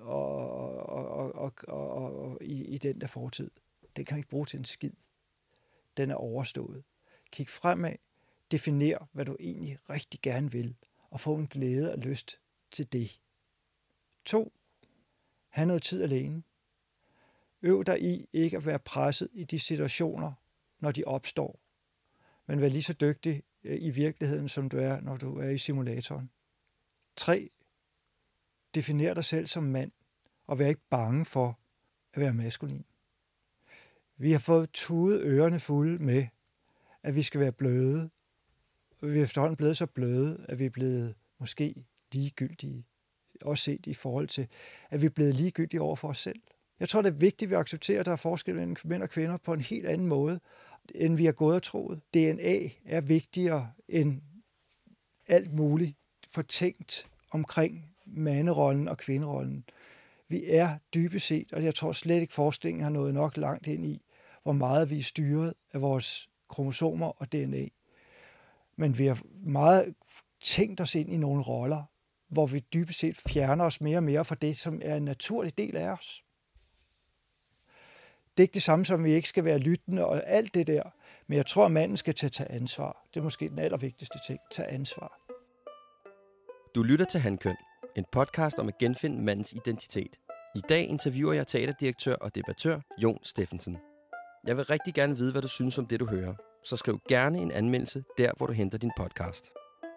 og i den der fortid. Den kan ikke bruge til en skid. Den er overstået. Kig fremad. Definer, hvad du egentlig rigtig gerne vil, og få en glæde og lyst til det. 2. Ha' noget tid alene. Øv dig i ikke at være presset i de situationer, når de opstår, men vær lige så dygtig i virkeligheden, som du er, når du er i simulatoren. 3. Definer dig selv som mand, og vær ikke bange for at være maskulin. Vi har fået tudet ørerne fulde med, at vi skal være bløde, og vi er efterhånden blevet så bløde, at vi er blevet måske ligegyldige. Også set i forhold til, at vi er blevet ligegyldige over for os selv. Jeg tror, det er vigtigt, at vi accepterer, at der er forskel mellem mænd og kvinder på en helt anden måde, end vi har gået og troet. DNA er vigtigere end alt muligt fortænkt omkring manderollen og kvinderollen. Vi er dybest set, og jeg tror slet ikke, forskningen har nået nok langt ind i, hvor meget vi er styret af vores kromosomer og DNA. Men vi har meget tænkt os ind i nogle roller, hvor vi dybest set fjerner os mere og mere fra det, som er en naturlig del af os. Det er ikke det samme som, at vi ikke skal være lyttende og alt det der, men jeg tror, at manden skal tage ansvar. Det er måske den allervigtigste ting, tage ansvar. Du lytter til Hankøn, en podcast om at genfinde mandens identitet. I dag interviewer jeg teaterdirektør og debattør Jon Steffensen. Jeg vil rigtig gerne vide, hvad du synes om det, du hører, så skriv gerne en anmeldelse der, hvor du henter din podcast.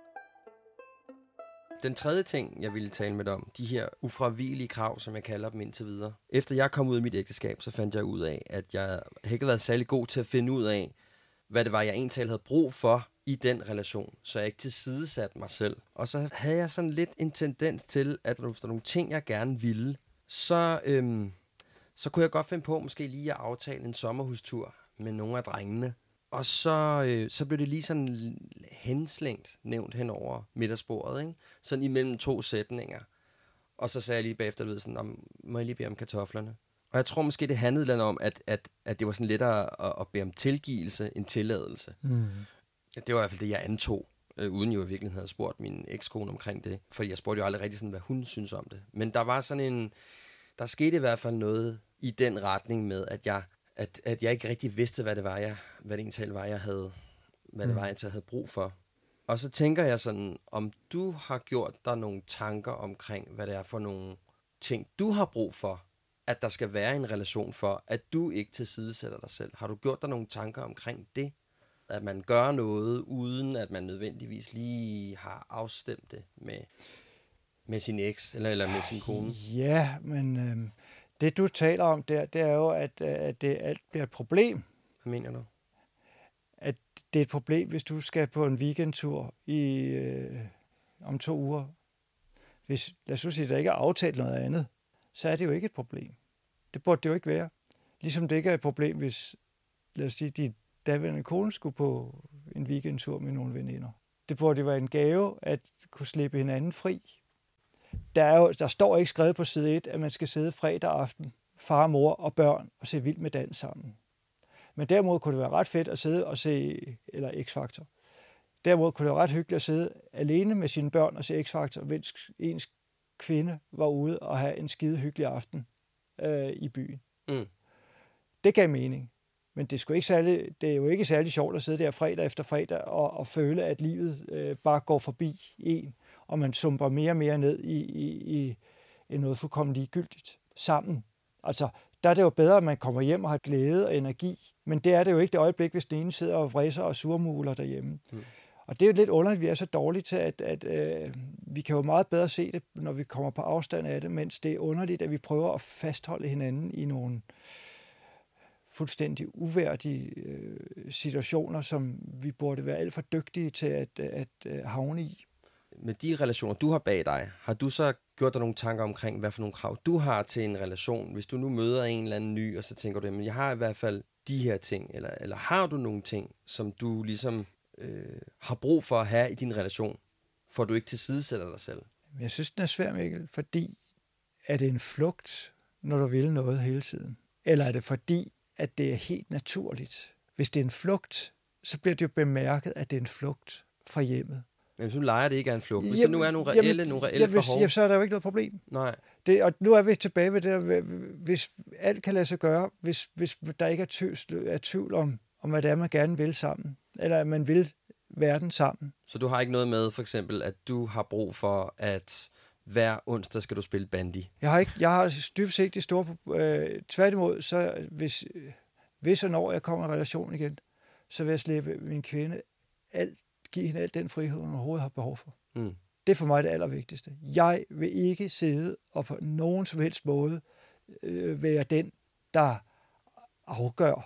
Den tredje ting, jeg ville tale med dig om, de her ufravigelige krav, som jeg kalder dem indtil videre. Efter jeg kom ud af mit ægteskab, så fandt jeg ud af, at jeg ikke været særlig god til at finde ud af, hvad det var, jeg egentlig havde brug for i den relation, så jeg ikke tilsidesatte mig selv. Og så havde jeg sådan lidt en tendens til, at hvis der er nogle ting, jeg gerne ville, så kunne jeg godt finde på måske lige at aftale en sommerhustur med nogle af drengene. Og så blev det lige sådan henslængt, nævnt hen over middagsbordet, ikke? Sådan imellem 2 sætninger. Og så sagde jeg lige bagefter, du ved, sådan, må jeg lige bede om kartoflerne? Og jeg tror måske, det handlede lidt om, at det var sådan lettere at bede om tilgivelse end tilladelse. Det var i hvert fald det, jeg antog, uden jo i virkeligheden havde spurgt min ekskone omkring det. Fordi jeg spurgte jo aldrig rigtig sådan, hvad hun synes om det. Men der var sådan der skete i hvert fald noget i den retning med, at at jeg ikke rigtig vidste, hvad det egentlig var, jeg havde, hvad det var, jeg havde brug for. Og så tænker jeg sådan, om du har gjort dig nogle tanker omkring, hvad det er for nogle ting, du har brug for, at der skal være en relation for, at du ikke tilsidesætter dig selv. Har du gjort dig nogle tanker omkring det? At man gør noget, uden at man nødvendigvis lige har afstemt det med sin eks, eller med sin kone? Ja, men det du taler om der, det er jo, at det alt bliver et problem. Hvad mener du? At det er et problem, hvis du skal på en weekendtur om 2 uger. Hvis, lad os sige, der ikke er aftalt noget andet, så er det jo ikke et problem. Det burde det jo ikke være. Ligesom det ikke er et problem, hvis, lad os sige, de daværende kone skulle på en weekendtur med nogle veninder. Det burde jo være en gave at kunne slippe hinanden fri. Der står ikke skrevet på side 1, at man skal sidde fredag aften, far, mor og børn, og se Vild med Dans sammen. Men derimod kunne det være ret fedt at sidde og se, eller X-Factor. Derimod kunne det være ret hyggeligt at sidde alene med sine børn og se X-Factor, mens ens kvinde var ude og have en skide hyggelig aften i byen. Mm. Det gav mening. Men det er jo ikke særlig sjovt at sidde der fredag efter fredag og føle, at livet bare går forbi en, og man sumper mere og mere ned i noget fuldkommen ligegyldigt sammen. Altså, der er det jo bedre, at man kommer hjem og har glæde og energi, men det er det jo ikke det øjeblik, hvis den ene sidder og vræser og surmuler derhjemme. Mm. Og det er jo lidt underligt, at vi er så dårlige til, at vi kan jo meget bedre se det, når vi kommer på afstand af det, mens det er underligt, at vi prøver at fastholde hinanden i nogle fuldstændig uværdige situationer, som vi burde være alt for dygtige til at havne i. Med de relationer, du har bag dig, har du så gjort dig nogle tanker omkring, hvad for nogle krav du har til en relation? Hvis du nu møder en eller anden ny, og så tænker du, men jeg har i hvert fald de her ting, eller har du nogle ting, som du ligesom har brug for at have i din relation, for du ikke tilsidesætter dig selv? Jeg synes, den er svær, Mikkel, fordi er det en flugt, når du vil noget hele tiden? Eller er det fordi, at det er helt naturligt? Hvis det er en flugt, så bliver det jo bemærket, at det er en flugt fra hjemmet. Men hvis du leger, det ikke er en flugt. Hvis der nu er nogle reelle behov. Så er der jo ikke noget problem. Nej. Og nu er vi tilbage ved det der, hvis alt kan lade sig gøre, hvis der ikke er tvivl om, hvad det er, man gerne vil sammen, eller at man vil verden sammen. Så du har ikke noget med, for eksempel, at du har brug for, at hver onsdag skal du spille bandy? Jeg har dybest set de store... tværtimod, så hvis og når jeg kommer i relation igen, så vil jeg slippe min kvinde give hende alt den frihed, hun overhovedet har behov for. Mm. Det er for mig det allervigtigste. Jeg vil ikke sidde og på nogen som helst måde være den, der afgør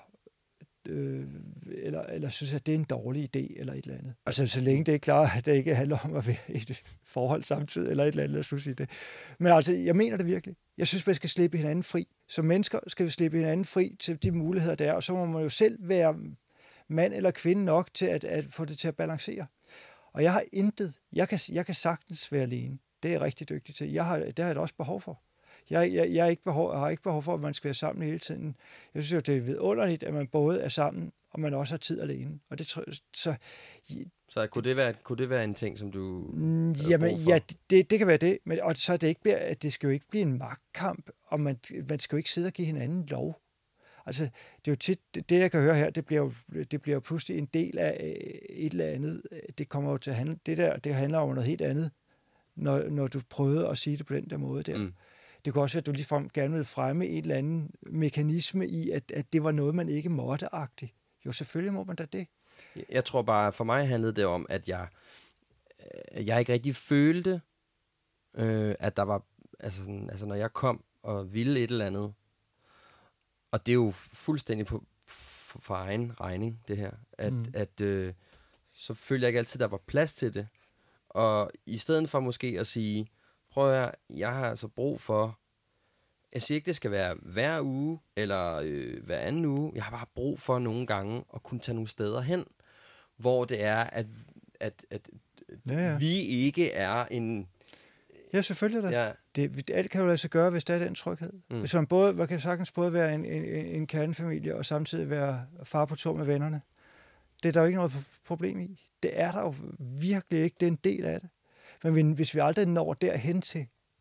eller synes, at det er en dårlig idé, eller et eller andet. Altså, så længe det er klart, at det ikke handler om at være i et forhold samtidig, eller et eller andet, lad os sige det. Men altså, jeg mener det virkelig. Jeg synes, man skal slippe hinanden fri. Som mennesker skal vi slippe hinanden fri til de muligheder, der er, og så må man jo selv være mand eller kvinde nok til at få det til at balancere. Og jeg har intet. Jeg kan sagtens være alene. Det er jeg rigtig dygtig til. Det har jeg da også behov for. Jeg har ikke behov for, at man skal være sammen hele tiden. Jeg synes jo, det er vidunderligt, at man både er sammen, og man også har tid alene. Og det så kunne det være en ting, som du ja, det kan være det. Men, og så det skal jo ikke blive en magtkamp, og man skal jo ikke sidde og give hinanden lov. Altså, det er jo tit, det jeg kan høre her, det bliver jo pludselig en del af et eller andet. Det kommer jo til at handle, det handler om noget helt andet, når du prøvede at sige det på den der måde der. Mm. Det kan også være, at du ligefrem gerne vil fremme en eller anden mekanisme i, at det var noget, man ikke måtte-agtigt. Jo, selvfølgelig må man da det. Jeg tror bare, for mig handlede det om, at jeg ikke rigtig følte, at der var, altså når jeg kom og ville et eller andet, og det er jo fuldstændig for egen regning, det her, at så følte jeg ikke altid, der var plads til det. Og i stedet for måske at sige, prøv at jeg har altså brug for, jeg siger ikke, det skal være hver uge, eller hver anden uge, jeg har bare brug for nogle gange at kunne tage nogle steder hen, hvor det er, at vi ikke er en... Ja, selvfølgelig da. Ja. Alt kan jo lade sig gøre, hvis der er den tryghed. Mm. Hvis man kan sagtens både være en kernefamilie, og samtidig være far på tur med vennerne. Det er der jo ikke noget problem i. Det er der jo virkelig ikke. Det er en del af det. Men hvis vi aldrig når derhen til,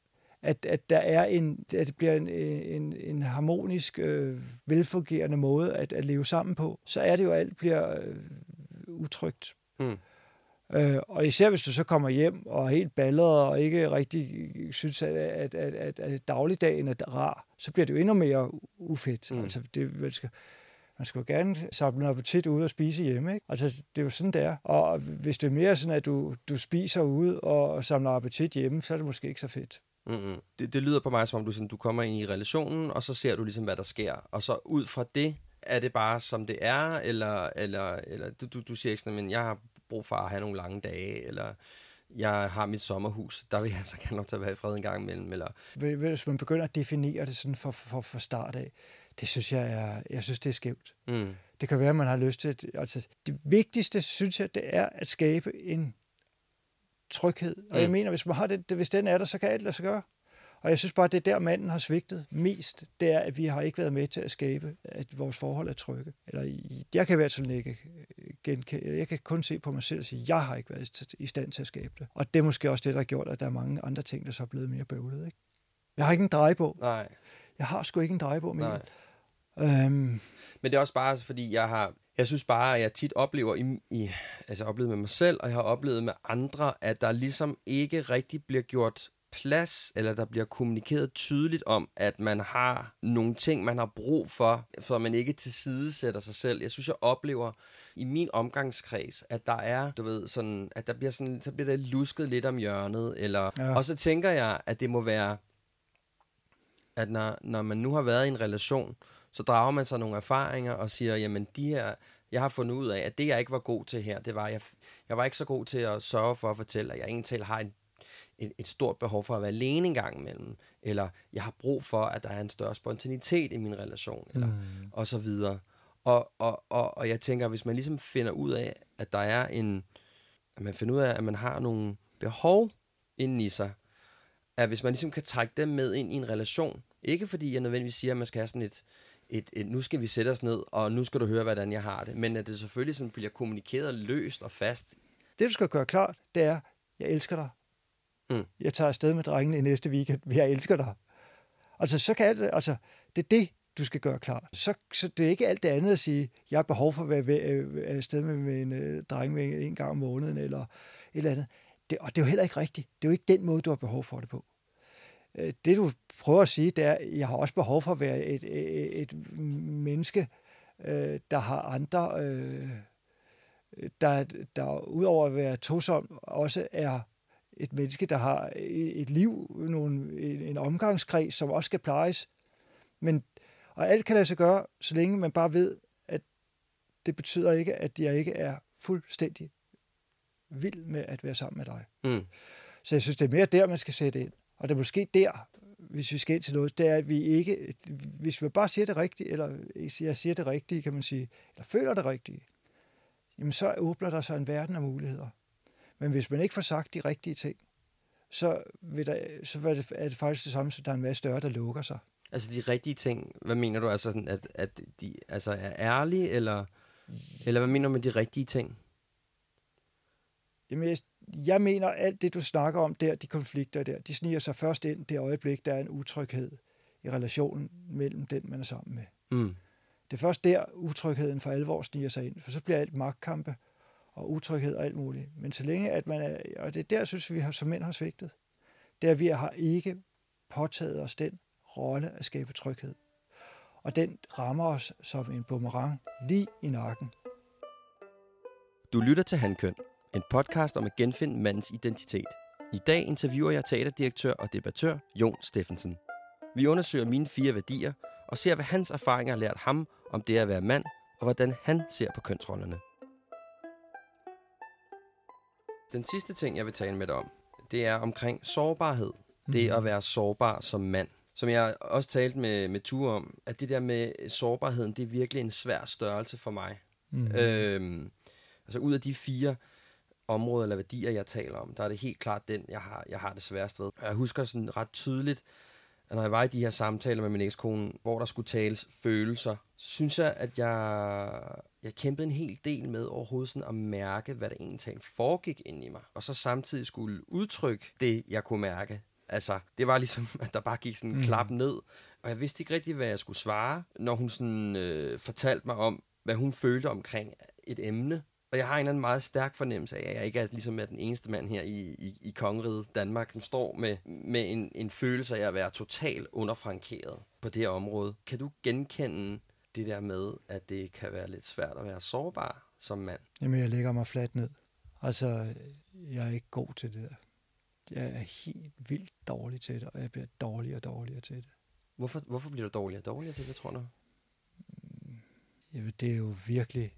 at der er at det bliver en harmonisk, velfungerende måde at leve sammen på, så er det jo, alt bliver utrygt. Og især hvis du så kommer hjem og er helt balleret og ikke rigtig synes, at dagligdagen er rar, så bliver det jo endnu mere ufedt. Altså, man skal jo gerne samle appetit ude og spise hjemme, ikke? Altså, det er jo sådan, det er. Og hvis det er mere sådan, at du spiser ude og samler appetit hjemme, så er det måske ikke så fedt. Mm-hmm. Det lyder på mig, som om du kommer ind i relationen, og så ser du ligesom, hvad der sker. Og så ud fra det, er det bare, som det er, eller du siger ikke sådan, men jeg har brug for at have nogle lange dage, eller jeg har mit sommerhus, der vil jeg så gerne nok til at være i fred en gang imellem. Eller... Hvis man begynder at definere det sådan for start af, det synes jeg synes, det er skævt. Det kan være, at man har lyst til... Altså, det vigtigste, synes jeg, det er at skabe en tryghed. Og jeg mener, hvis man har hvis den er der, så kan alt lade sig gøre. Og jeg synes bare, det er der, manden har svigtet mest. Det er, at vi har ikke været med til at skabe, at vores forhold er trygge. Eller jeg kan i hvert fald ikke genkende. Jeg kan kun se på mig selv og sige, at jeg har ikke været i stand til at skabe det. Og det er måske også det, der har gjort, at der er mange andre ting, der så er blevet mere bøvlet. Ikke? Jeg har ikke en drejebog. Nej. Jeg har sgu ikke en drejebog mere. Men det er også bare, fordi jeg synes bare, at jeg tit oplever altså oplevet med mig selv, og jeg har oplevet med andre, at der ligesom ikke rigtig bliver gjort plads, eller der bliver kommunikeret tydeligt om, at man har nogle ting, man har brug for man ikke tilsidesætter sig selv. Jeg synes, jeg oplever i min omgangskreds, at der er, du ved, sådan, at der bliver sådan, så bliver der lusket lidt om hjørnet, eller, og så tænker jeg, at det må være, at når man nu har været i en relation, så drager man sig nogle erfaringer og siger, jamen jeg har fundet ud af, at det jeg ikke var god til her, det var, jeg var ikke så god til at sørge for at fortælle, at jeg egentlig har et stort behov for at være alene en gang imellem, eller jeg har brug for, at der er en større spontanitet i min relation, eller og så videre. Og jeg tænker, hvis man ligesom finder ud af, at der er at man finder ud af, at man har nogle behov inden i sig, at hvis man ligesom kan trække dem med ind i en relation, ikke fordi jeg nødvendigvis siger, at man skal have sådan et nu skal vi sætte os ned, og nu skal du høre, hvordan jeg har det, men at det selvfølgelig sådan bliver kommunikeret løst og fast. Det, du skal gøre klart, det er, jeg elsker dig. Jeg tager afsted med drengene i næste weekend, jeg elsker dig. Altså, så kan det er det, du skal gøre klart. Så det er ikke alt det andet at sige, jeg har behov for at være afsted med en dreng en gang om måneden, eller et eller andet. Og det er jo heller ikke rigtigt. Det er jo ikke den måde, du har behov for det på. Det, du prøver at sige, det er, at jeg har også behov for at være et menneske, der har andre, der udover at være tosom, også er et menneske, der har et liv, en omgangskreds, som også skal plejes. Og alt kan lade sig gøre, så længe man bare ved, at det betyder ikke, at jeg ikke er fuldstændig vild med at være sammen med dig. Så jeg synes, det er mere der, man skal sætte ind. Og det er måske der, hvis vi skal ind til noget, det er, at vi ikke, hvis vi bare siger det rigtige, eller jeg siger det rigtige, kan man sige, eller føler det rigtige, jamen så åbner der sig en verden af muligheder. Men hvis man ikke får sagt de rigtige ting, så er det faktisk det samme, så der er en masse døre, der lukker sig. Altså de rigtige ting, hvad mener du? Altså sådan, at de altså er ærlige, eller hvad mener du med de rigtige ting? Jamen, jeg mener, alt det, du snakker om der, de konflikter der, de sniger sig først ind det øjeblik, der er en utryghed i relationen mellem den, man er sammen med. Det er først der, utrygheden for alvor sniger sig ind, for så bliver alt magtkampe og utryghed og alt muligt. Men så længe, at man er, og det er der, synes vi som mænd har svigtet, det er, at vi har ikke påtaget os den rolle at skabe tryghed. Og den rammer os som en boomerang lige i nakken. Du lytter til Hankøn, en podcast om at genfinde mandens identitet. I dag interviewer jeg teaterdirektør og debattør Jon Steffensen. Vi undersøger mine 4 værdier og ser, hvad hans erfaringer har lært ham om det at være mand, og hvordan han ser på kønsrollerne. Den sidste ting, jeg vil tale med dig om, det er omkring sårbarhed. Det at være sårbar som mand. Som jeg også talte med Tue om, at det der med sårbarheden, det er virkelig en svær størrelse for mig. Altså ud af de 4 områder eller værdier, jeg taler om, der er det helt klart den, jeg har det sværest ved. Jeg husker sådan ret tydeligt, at når jeg var i de her samtaler med min ekskone, hvor der skulle tales følelser, så synes jeg, at jeg kæmpede en hel del med overhovedet sådan at mærke, hvad der egentlig foregik inde i mig. Og så samtidig skulle udtrykke det, jeg kunne mærke Altså, det var ligesom, at der bare gik sådan en klap ned. Og jeg vidste ikke rigtig, hvad jeg skulle svare, når hun sådan, fortalte mig om, hvad hun følte omkring et emne. Og jeg har en eller anden meget stærk fornemmelse af, at jeg ikke er ligesom den eneste mand her i kongeriget Danmark, som står med en følelse af at være totalt underfrankeret på det her område. Kan du genkende det der med, at det kan være lidt svært at være sårbar som mand? Jamen, jeg lægger mig fladt ned. Altså, jeg er ikke god til det der. Jeg er helt vildt dårlig til det, og jeg bliver dårligere og dårligere til det. Hvorfor bliver du dårligere og dårligere til det, tror du? Jamen, det er jo virkelig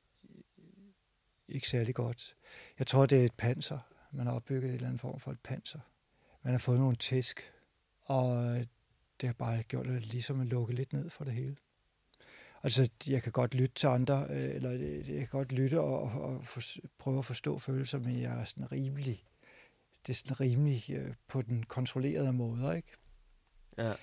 ikke særlig godt. Jeg tror, det er et panser. Man har opbygget en eller anden form for et panser. Man har fået nogle tæsk, og det har bare gjort det ligesom at lukke lidt ned for det hele. Altså, jeg kan godt lytte til andre, eller jeg kan godt lytte og prøve at forstå følelser, men jeg er sådan rimelig, det er sådan rimelig på den kontrollerede måde, ikke? Ja.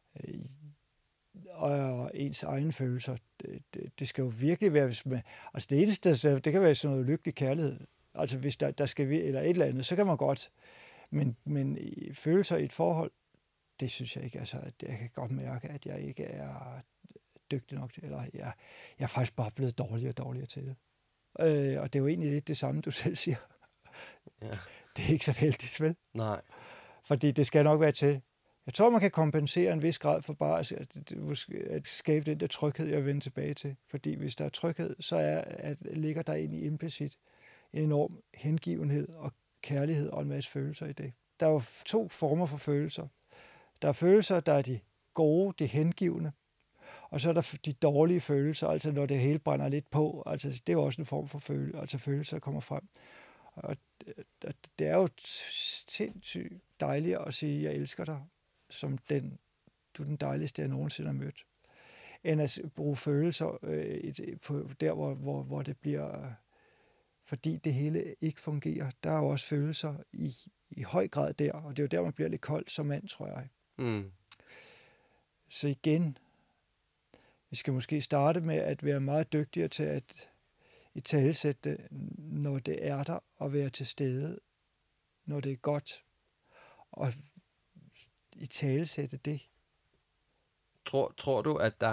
Og ens egne følelser, det skal jo virkelig være, hvis man, altså det eneste, det kan være sådan noget lykkelig kærlighed, altså hvis der skal vi, eller et eller andet, så kan man godt, men følelser i et forhold, det synes jeg ikke, altså jeg kan godt mærke, at jeg ikke er dygtig nok til, eller jeg er faktisk bare blevet dårligere og dårligere til det. Og det er jo egentlig lidt det samme, du selv siger. Ja. Det er ikke så heldigt, vel? Nej. Fordi det skal nok være til. Jeg tror, man kan kompensere en vis grad for bare at skabe den der tryghed, jeg vender tilbage til. Fordi hvis der er tryghed, så ligger der egentlig implicit en enorm hengivenhed og kærlighed og en masse følelser i det. Der er jo 2 former for følelser. Der er følelser, der er de gode, de hengivne, og så er der de dårlige følelser, altså når det hele brænder lidt på. Altså det er jo også en form for følelser, der kommer frem. Og det er jo sindssygt dejligt at sige, jeg elsker dig, som du er den dejligste, jeg nogensinde har mødt, end at bruge følelser der, hvor det bliver, fordi det hele ikke fungerer. Der er jo også følelser i høj grad der, og det er jo der, man bliver lidt kold som mand, tror jeg. Mm. Så igen, vi skal måske starte med at være meget dygtigere til at italesætte det, når det er der, og være til stede, når det er godt, og italesætte det. Tror du, at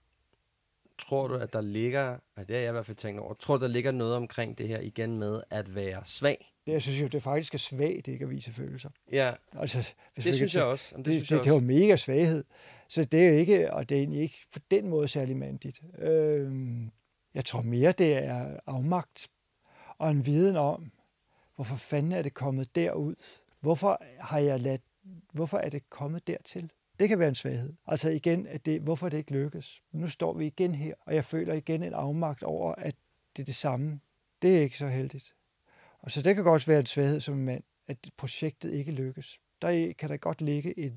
der ligger, og det har jeg i hvert fald tænkt over, tror du, der ligger noget omkring det her igen med at være svag? Jeg synes jo, det faktisk er svagt, ikke at vise følelser. Ja, altså, det synes jeg også. Det er jo mega svaghed. Så det er jo ikke, og det er egentlig ikke på den måde særlig mandigt. Jeg tror mere, det er afmagt og en viden om, hvorfor fanden er det kommet derud? Hvorfor er det kommet dertil? Det kan være en svaghed. Altså igen, hvorfor det ikke lykkes. Nu står vi igen her, og jeg føler igen en afmagt over, at det er det samme. Det er ikke så heldigt. Og så det kan godt være en svaghed som en mand, at fordi ikke lykkes. Der kan der godt ligge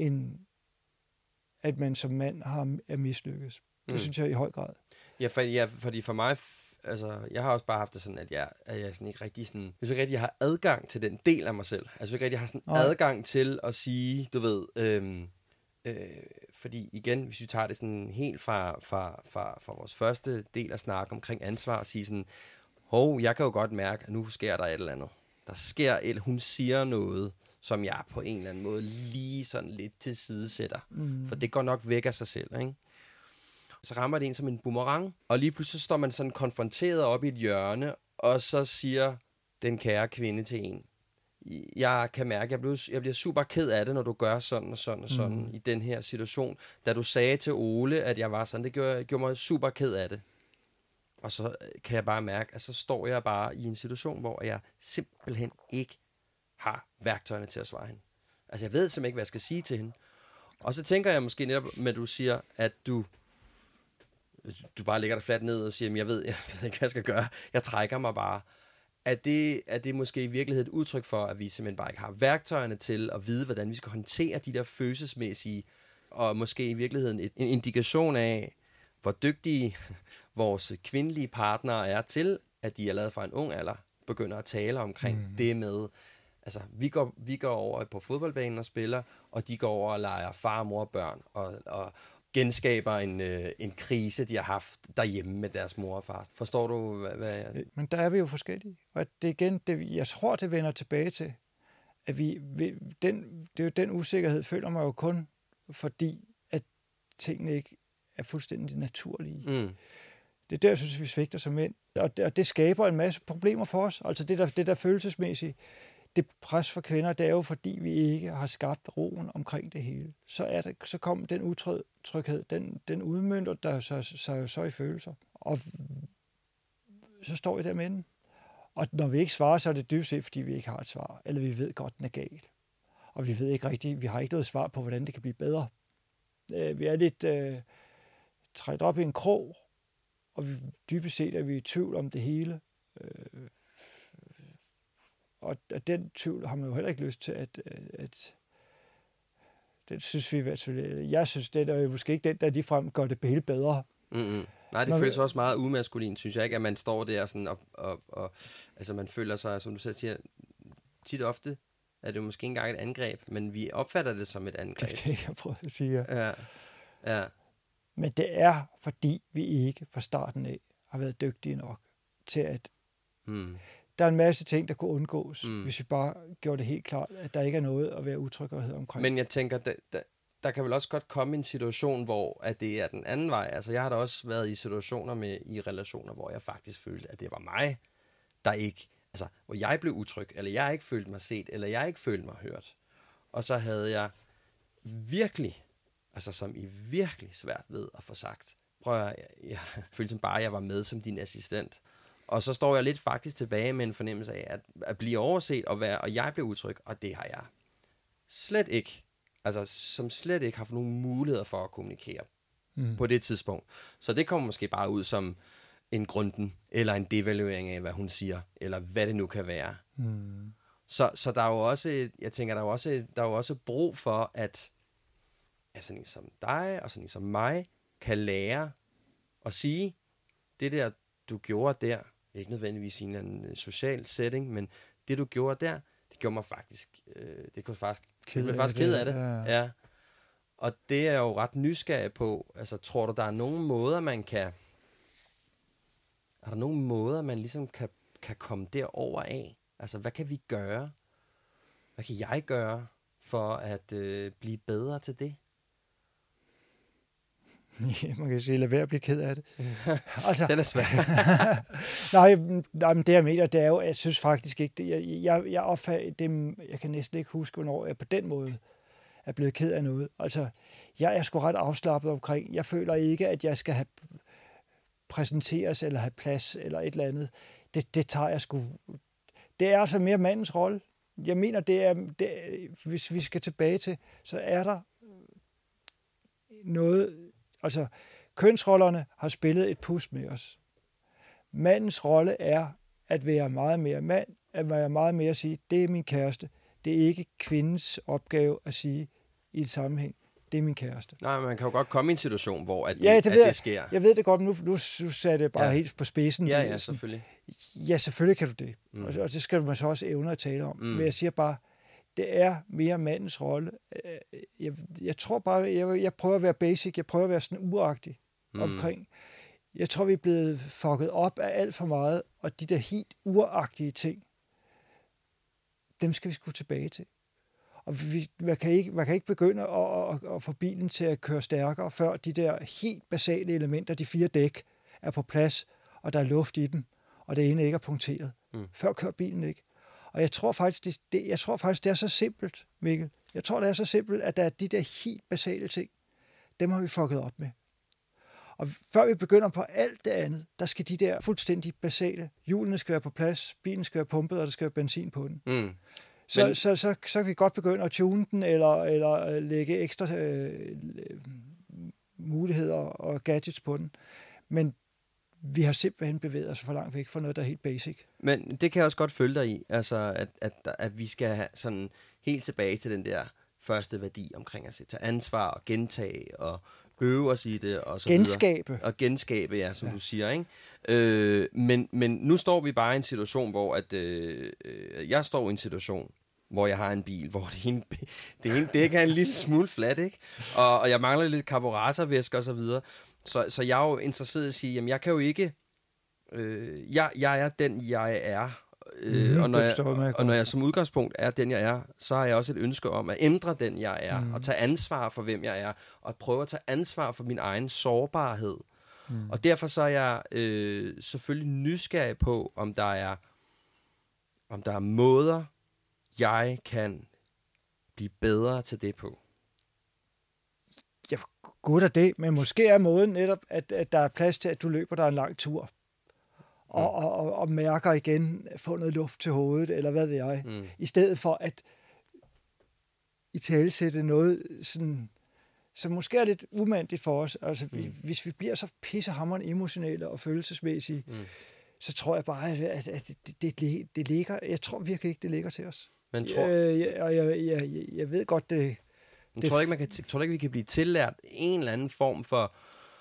at man som mand er mislykkes. Det synes jeg i høj grad. Ja, fordi for mig, altså, jeg har også bare haft det sådan, at jeg sådan ikke rigtig sådan, jeg synes ikke rigtig, jeg har adgang til den del af mig selv. Altså ikke rigtig, jeg har sådan adgang til at sige, du ved, fordi igen, hvis vi tager det sådan helt fra vores første del af snak omkring ansvar, og sige sådan, jeg kan jo godt mærke, at nu sker der et eller andet. Der sker hun siger noget, som jeg på en eller anden måde lige sådan lidt til sidesætter. For det går nok væk af sig selv, ikke? Så rammer det en som en boomerang, og lige pludselig står man sådan konfronteret op i et hjørne, og så siger den kære kvinde til en, jeg kan mærke, jeg bliver super ked af det, når du gør sådan og sådan og sådan i den her situation. Da du sagde til Ole, at jeg var sådan, det gjorde mig super ked af det. Og så kan jeg bare mærke, at så står jeg bare i en situation, hvor jeg simpelthen ikke har værktøjerne til at svare hende. Altså jeg ved simpelthen ikke, hvad jeg skal sige til hende. Og så tænker jeg måske netop, med at du siger, at du bare lægger dig fladt ned og siger, jeg ved ikke, hvad jeg skal gøre. Jeg trækker mig bare. Er det måske i virkeligheden et udtryk for, at vi simpelthen bare ikke har værktøjerne til at vide, hvordan vi skal håndtere de der følelsesmæssige, og måske i virkeligheden en indikation af, hvor dygtige vores kvindelige partnere er til, at de allerede fra en ung alder begynder at tale omkring det med, altså vi går over på fodboldbanen og spiller, og de går over og leger far, mor og børn, og genskaber en krise, de har haft derhjemme med deres mor og far. Forstår du, hvad jeg... Men der er vi jo forskellige. Og det igen, jeg tror, det vender tilbage til, at det er jo den usikkerhed, føler man jo kun, fordi at tingene ikke er fuldstændig naturlige. Mm. Det er der, jeg synes, vi svigter som mænd. Og det skaber en masse problemer for os. Altså det der følelsesmæssige, det pres for kvinder, det er jo fordi, vi ikke har skabt roen omkring det hele. Så kom den utryghed, den udmønter der så i følelser. Og så står vi der med den. Og når vi ikke svarer, så er det dybest set, fordi vi ikke har et svar. Eller vi ved godt, den er gal. Og vi ved ikke rigtigt, vi har ikke noget svar på, hvordan det kan blive bedre. Vi er lidt trædt op i en krog, og dybest set er vi i tvivl om det hele. Og den tvivl har man jo heller ikke lyst til, at den synes vi i hvert fald. Jeg synes, det er måske ikke den, der ligefrem gør det hele bedre. Mm-hmm. Nej, det føles også meget umaskulin, synes jeg ikke, at man står der sådan og altså man føler sig, som du selv siger, tit ofte er det jo måske ikke engang et angreb, men vi opfatter det som et angreb. Det er det, jeg prøver at sige. Ja. Men det er, fordi vi ikke fra starten af har været dygtige nok til at... Der er en masse ting, der kunne undgås, hvis vi bare gjorde det helt klart, at der ikke er noget at være utryghed omkring. Men jeg tænker, der kan vel også godt komme en situation, hvor at det er den anden vej. Altså, jeg har da også været i situationer i relationer, hvor jeg faktisk følte, at det var mig, der ikke... Altså, hvor jeg blev utryg, eller jeg ikke følte mig set, eller jeg ikke følte mig hørt. Og så havde jeg virkelig, altså som i virkelig svært ved at få sagt, prøv at jeg følte som bare, at jeg var med som din assistent. Og så står jeg lidt faktisk tilbage med en fornemmelse af, at blive overset og jeg blev utryg, og det har jeg slet ikke, altså som slet ikke haft nogen muligheder for at kommunikere på det tidspunkt. Så det kommer måske bare ud som en grunden, eller en devaluering af, hvad hun siger, eller hvad det nu kan være. Så der er jo også, jeg tænker, der er jo også brug for, at sådan en som dig, og sådan en som mig, kan lære at sige, det der, du gjorde der, ikke nødvendigvis i en social setting, men det, du gjorde der, det gjorde mig faktisk, det kunne faktisk ked af det. Ja. Og det er jeg jo ret nysgerrig på. Altså, tror du, der er nogle måder, man ligesom kan komme derover af? Altså, hvad kan vi gøre? Hvad kan jeg gøre for at blive bedre til det? Ja, man kan sige, lad være at blive ked af det. Altså, den er svær. nej, men det jeg mener, det er jo, jeg synes faktisk ikke, jeg opfatter det, jeg kan næsten ikke huske, hvornår jeg på den måde er blevet ked af noget. Altså, jeg er sgu ret afslappet omkring, jeg føler ikke, at jeg skal have præsenteres, eller have plads, eller et eller andet. Det tager jeg sgu. Det er altså mere mandens rolle. Jeg mener, hvis vi skal tilbage til, så er der noget. Altså, kønsrollerne har spillet et pus med os. Mandens rolle er at være meget mere mand, at være meget mere at sige, det er min kæreste. Det er ikke kvindens opgave at sige i et sammenhæng, det er min kæreste. Nej, man kan jo godt komme i en situation, hvor det sker. Jeg ved det godt, nu satte jeg bare helt på spidsen. Ja, selvfølgelig. Ja, selvfølgelig kan du det. Og det skal man så også evne at tale om. Men jeg siger bare, det er mere mandens rolle. Jeg tror bare, jeg prøver at være basic, jeg prøver at være sådan uagtig omkring. Jeg tror, vi er blevet fucket op af alt for meget, og de der helt uagtige ting, dem skal vi sgu tilbage til. Og man kan ikke begynde at få bilen til at køre stærkere, før de der helt basale elementer, de 4 dæk, er på plads, og der er luft i dem, og det ene ikke er punkteret. Før kører bilen ikke. Og jeg tror faktisk, det er så simpelt, Mikkel. Jeg tror, det er så simpelt, at der er de der helt basale ting, dem har vi fucket op med. Og før vi begynder på alt det andet, der skal de der fuldstændig basale, hjulene skal være på plads, bilen skal være pumpet, og der skal være benzin på den. Så kan vi godt begynde at tune den, eller lægge ekstra muligheder og gadgets på den. Men vi har simpelthen bevæget os for langt væk fra noget, der er helt basic. Men det kan jeg også godt følge dig i, altså at vi skal have sådan helt tilbage til den der første værdi omkring at tage ansvar og gentage og øve os i det og så genskabe. Videre. Og genskabe, ja, som du siger, ikke? Men nu står vi bare i en situation, hvor jeg står i en situation, hvor jeg har en bil, hvor det ikke er en lille smule flat, ikke? Og jeg mangler lidt karburatorvæske og så videre. Så jeg er jo interesseret i at sige, jamen jeg kan jo ikke, jeg er den, jeg er, når jeg som udgangspunkt er den, jeg er, så har jeg også et ønske om at ændre den, jeg er, og tage ansvar for, hvem jeg er, og prøve at tage ansvar for min egen sårbarhed. Og derfor så er jeg selvfølgelig nysgerrig på, om der er måder, jeg kan blive bedre til det på. Ja, godt af det, men måske er måden netop, at der er plads til, at du løber dig en lang tur, og mærker igen, få noget luft til hovedet, eller hvad ved jeg, i stedet for at italesætte noget, sådan, som måske er lidt umandigt for os. Altså, hvis vi bliver så pissehammerende emotionelle og følelsesmæssige, så tror jeg bare, at det ligger, jeg tror virkelig ikke, det ligger til os. Men jeg ved godt, det... Tror du ikke, vi kan blive tillært en eller anden form for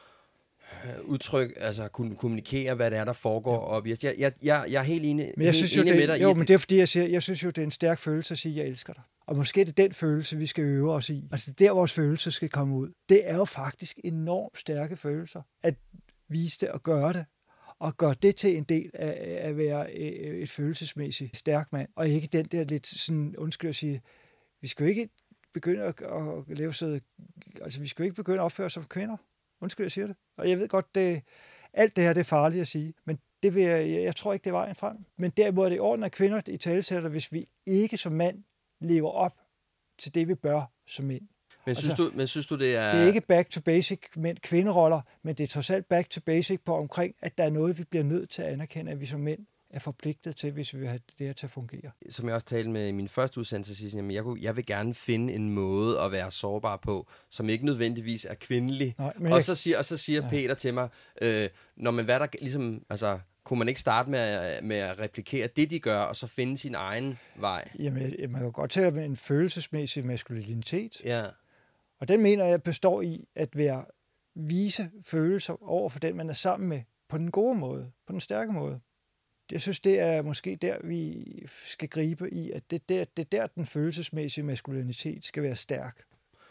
udtryk, altså at kunne kommunikere, hvad det er, der foregår op i os? Jeg er helt enig, men jeg synes jo, med dig. Jo, men det er fordi, jeg synes jo, det er en stærk følelse at sige, jeg elsker dig. Og måske er det den følelse, vi skal øve os i. Altså der, vores følelse skal komme ud. Det er jo faktisk enormt stærke følelser, at vise det og gøre det. Og gøre det til en del af at være et følelsesmæssigt stærk mand. Og ikke den der lidt sådan, undskyld at sige, vi skal jo ikke begynde at leve sådan, altså vi skal jo ikke begynde at opføre os som kvinder. Undskyld, jeg siger det. Og jeg ved godt, alt det her, det er farligt at sige, men det vil jeg tror ikke, det er vejen frem. Men derimod er det i orden, at kvinder i talesætter, hvis vi ikke som mand lever op til det, vi bør som mænd. Men synes du, det er... Det er ikke back to basic mænd-kvinderoller, men det er trods alt back to basic på omkring, at der er noget, vi bliver nødt til at anerkende, at vi som mænd er forpligtet til, hvis vi vil have det her til at fungere. Som jeg også talte med i min første udsendelse, jeg vil gerne finde en måde at være sårbar på, som ikke nødvendigvis er kvindelig. Nej, og så siger Peter til mig, når man hvad der ligesom, altså, kunne man ikke starte med at replikere det, de gør, og så finde sin egen vej? Jamen, man kan godt tale om en følelsesmæssig maskulinitet. Ja. Og den mener jeg består i at vise følelser over for den, man er sammen med, på den gode måde, på den stærke måde. Jeg synes, det er måske der, vi skal gribe i, at det er der, den følelsesmæssige maskulinitet skal være stærk.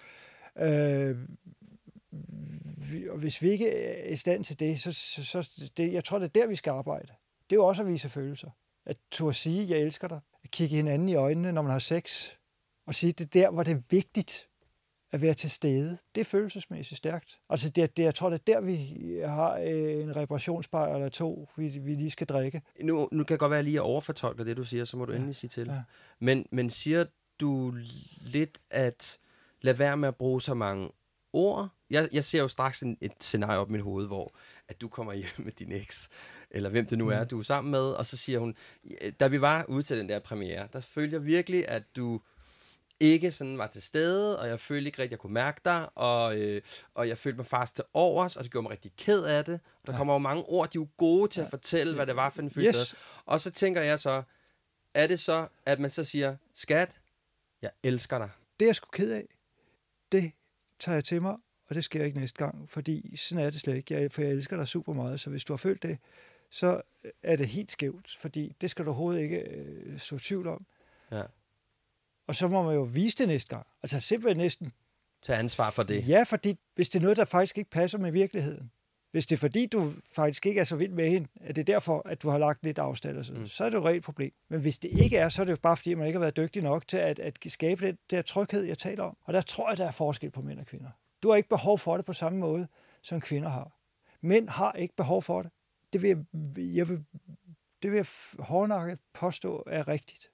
Og hvis vi ikke er i stand til det, så jeg tror, det er der, vi skal arbejde. Det er jo også at vise følelser. At turde sige, jeg elsker dig. At kigge hinanden i øjnene, når man har sex. Og sige, det er der, hvor det er vigtigt at være til stede. Det er følelsesmæssigt stærkt. Altså, jeg tror, det er der, vi har en reparationsbajer eller to, vi lige skal drikke. Nu kan jeg godt være lige at overfortolke det, du siger, så må du endelig sige til. Ja. Men siger du lidt, at lad være med at bruge så mange ord? Jeg ser jo straks et scenarie op i mit hoved, hvor at du kommer hjem med din eks, eller hvem det nu er, du er sammen med, og så siger hun, da vi var ude til den der premiere, der følte jeg virkelig, at du ikke sådan var til stede, og jeg følte ikke rigtig, at jeg kunne mærke dig, og jeg følte mig faktisk til overs, og det gjorde mig rigtig ked af det. Der kommer jo mange ord, de er jo gode til at fortælle, hvad det var for en følelse. Yes. Og så tænker jeg så, er det så, at man så siger, skat, jeg elsker dig. Det er jeg sgu ked af. Det tager jeg til mig, og det sker ikke næste gang, fordi sådan er det slet ikke. For jeg elsker dig super meget, så hvis du har følt det, så er det helt skævt, fordi det skal du overhovedet ikke så tvivl om. Ja. Og så må man jo vise det næste gang. Altså simpelthen næsten. Tage ansvar for det. Ja, fordi hvis det er noget, der faktisk ikke passer med virkeligheden, hvis det er fordi, du faktisk ikke er så vild med hende, at det er derfor, at du har lagt lidt afstand, så er det jo et reelt problem. Men hvis det ikke er, så er det jo bare fordi, man ikke har været dygtig nok til at skabe den der tryghed, jeg taler om. Og der tror jeg, der er forskel på mænd og kvinder. Du har ikke behov for det på samme måde, som kvinder har. Mænd har ikke behov for det. Det vil jeg hårdnakket påstå er rigtigt.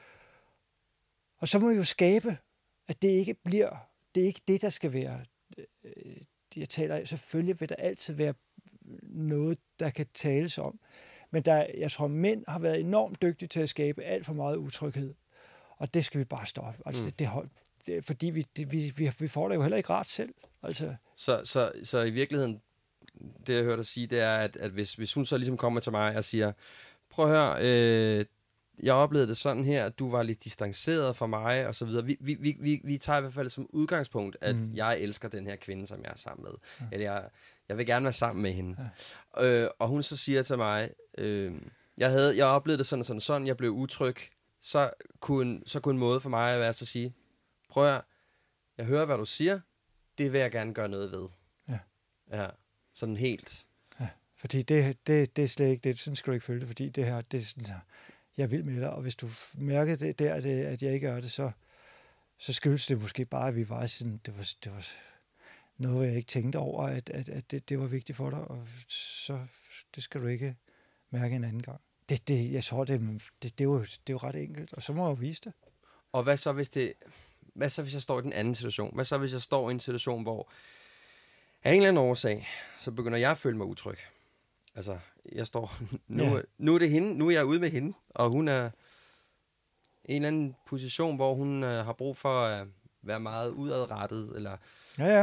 Og så må vi jo skabe, at det ikke det, der skal være. Jeg taler selvfølgelig, vil der altid være noget, der kan tales om. Men jeg tror, mænd har været enormt dygtige til at skabe alt for meget utryghed. Og det skal vi bare stoppe. Altså, fordi vi får det jo heller ikke ret selv. Altså. Så i virkeligheden, det jeg hørte dig sige, det er, at hvis hun så ligesom kommer til mig og siger, prøv at høre, jeg oplevede det sådan her, du var lidt distanceret fra mig, og så videre. Vi tager i hvert fald som udgangspunkt, at jeg elsker den her kvinde, som jeg er sammen med. Ja. Eller jeg vil gerne være sammen med hende. Ja. Og hun så siger til mig, jeg oplevede det sådan, jeg blev utryg. Så kunne en måde for mig at være så at sige, prøv at jeg hører, hvad du siger, det vil jeg gerne gøre noget ved. Ja. Sådan helt. Ja, fordi det er slet ikke det, sådan skal du ikke føle det, fordi det her, det er sådan her. jeg vil med dig, og hvis du mærker det der, at jeg ikke gør det, så skyldes det måske bare, at vi var sådan, det var noget, jeg ikke tænkte over, at det var vigtigt for dig, og så det skal du ikke mærke en anden gang. Jeg tror, det er jo ret enkelt, og så må jeg jo vise det. Og hvad så, hvis jeg står i den anden situation? Hvad så, hvis jeg står i en situation, hvor af en eller anden årsag, så begynder jeg at føle mig utryg? Altså, jeg står... Nu er det hende, nu er jeg ude med hende, og hun er i en eller anden position, hvor hun har brug for at være meget udadrettet, eller... Ja.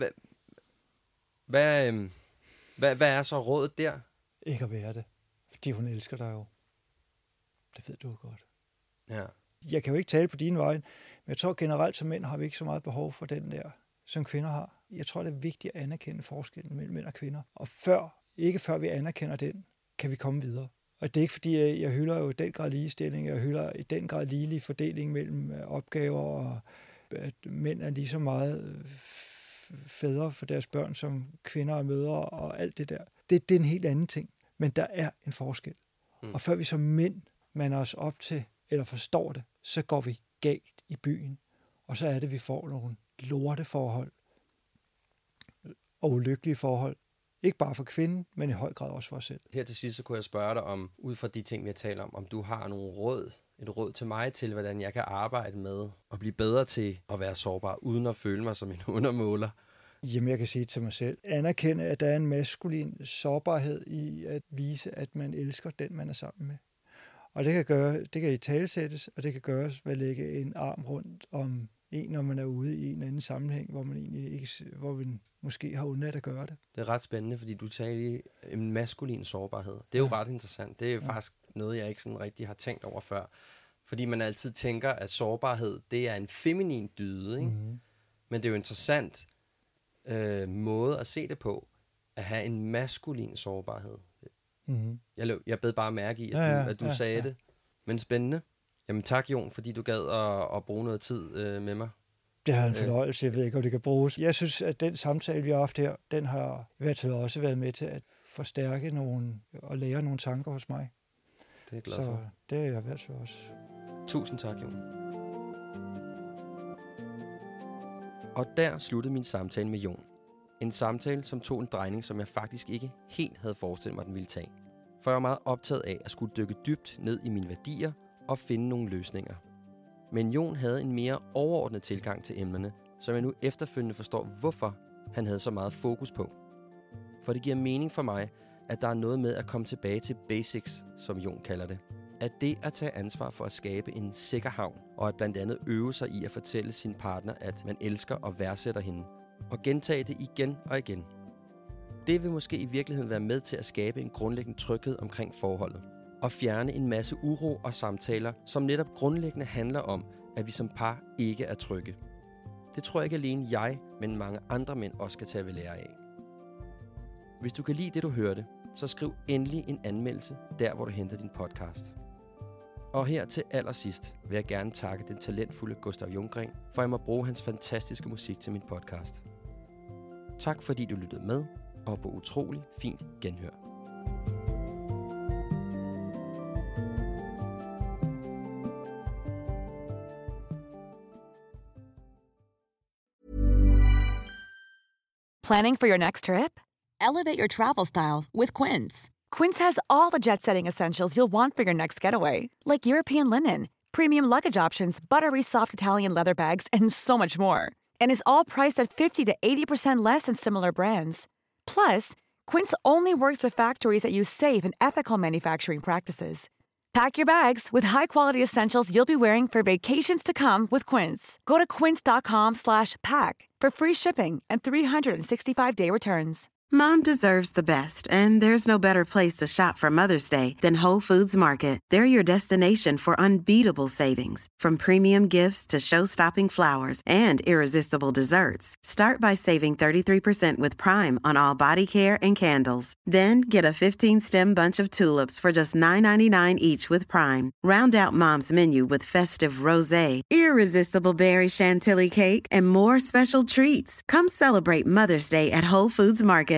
Hvad er så rådet der? Ikke at være det, fordi hun elsker dig jo. Det ved du jo godt. Ja. Jeg kan jo ikke tale på dine vegne, men jeg tror generelt som mænd har vi ikke så meget behov for den der, som kvinder har. Jeg tror, det er vigtigt at anerkende forskellen mellem mænd og kvinder. Og ikke før vi anerkender den, kan vi komme videre. Og det er ikke fordi, jeg hylder jo i den grad ligestilling, jeg hylder i den grad ligelig fordeling mellem opgaver, og at mænd er lige så meget fædre for deres børn, som kvinder og mødre og alt det der. Det er en helt anden ting, men der er en forskel. Og før vi som mænd mander os op til, eller forstår det, så går vi galt i byen, og så er det, vi får nogle lorteforhold og ulykkelige forhold. Ikke bare for kvinden, men i høj grad også for os selv. Her til sidst, så kunne jeg spørge dig om, ud fra de ting, vi har talt om du har nogle råd, et råd til mig til, hvordan jeg kan arbejde med at blive bedre til at være sårbar, uden at føle mig som en undermåler. Jamen, jeg kan sige til mig selv, anerkende, at der er en maskulin sårbarhed i at vise, at man elsker den, man er sammen med. Og det kan i talesættes, og det kan gøres ved at lægge en arm rundt om en, når man er ude i en anden sammenhæng, hvor man måske har undladt at gøre det. Det er ret spændende, fordi du taler i en maskulin sårbarhed. Det er jo ret interessant. Det er faktisk noget, jeg ikke sådan rigtig har tænkt over før. Fordi man altid tænker, at sårbarhed, det er en feminin dyde, ikke? Mm-hmm. Men det er jo interessant måde at se det på, at have en maskulin sårbarhed. Mm-hmm. Jeg bed bare mærke i, at du sagde det. Men spændende. Jamen tak, Jon, fordi du gad at bruge noget tid med mig. Det har en fornøjelse. Jeg ved ikke, om det kan bruges. Jeg synes, at den samtale, vi har haft her, den har i hvert fald også været med til at forstærke og lære nogle tanker hos mig. Det er jeg glad for. Så det er jeg i hvert fald også. Tusind tak, Jon. Og der sluttede min samtale med Jon. En samtale, som tog en drejning, som jeg faktisk ikke helt havde forestillet mig, den ville tage. For jeg var meget optaget af at skulle dykke dybt ned i mine værdier og finde nogle løsninger. Men Jon havde en mere overordnet tilgang til emnerne, som jeg nu efterfølgende forstår, hvorfor han havde så meget fokus på. For det giver mening for mig, at der er noget med at komme tilbage til basics, som Jon kalder det. At det at tage ansvar for at skabe en sikker havn, og at blandt andet øve sig i at fortælle sin partner, at man elsker og værdsætter hende. Og gentage det igen og igen. Det vil måske i virkeligheden være med til at skabe en grundlæggende tryghed omkring forholdet. Og fjerne en masse uro og samtaler, som netop grundlæggende handler om, at vi som par ikke er trygge. Det tror jeg ikke alene jeg, men mange andre mænd også skal tage ved lære af. Hvis du kan lide det, du hørte, så skriv endelig en anmeldelse, der hvor du henter din podcast. Og her til allersidst vil jeg gerne takke den talentfulde Gustav Ljunggren, for jeg må bruge hans fantastiske musik til min podcast. Tak fordi du lyttede med, og på utrolig fint genhør. Planning for your next trip? Elevate your travel style with Quince. Quince has all the jet-setting essentials you'll want for your next getaway, like European linen, premium luggage options, buttery soft Italian leather bags, and so much more. And is all priced at 50 to 80% less than similar brands. Plus, Quince only works with factories that use safe and ethical manufacturing practices. Pack your bags with high-quality essentials you'll be wearing for vacations to come with Quince. Go to quince.com/pack for free shipping and 365-day returns. Mom deserves the best, and there's no better place to shop for Mother's Day than Whole Foods Market. They're your destination for unbeatable savings, from premium gifts to show-stopping flowers and irresistible desserts. Start by saving 33% with Prime on all body care and candles. Then get a 15-stem bunch of tulips for just $9.99 each with Prime. Round out Mom's menu with festive rosé, irresistible berry chantilly cake, and more special treats. Come celebrate Mother's Day at Whole Foods Market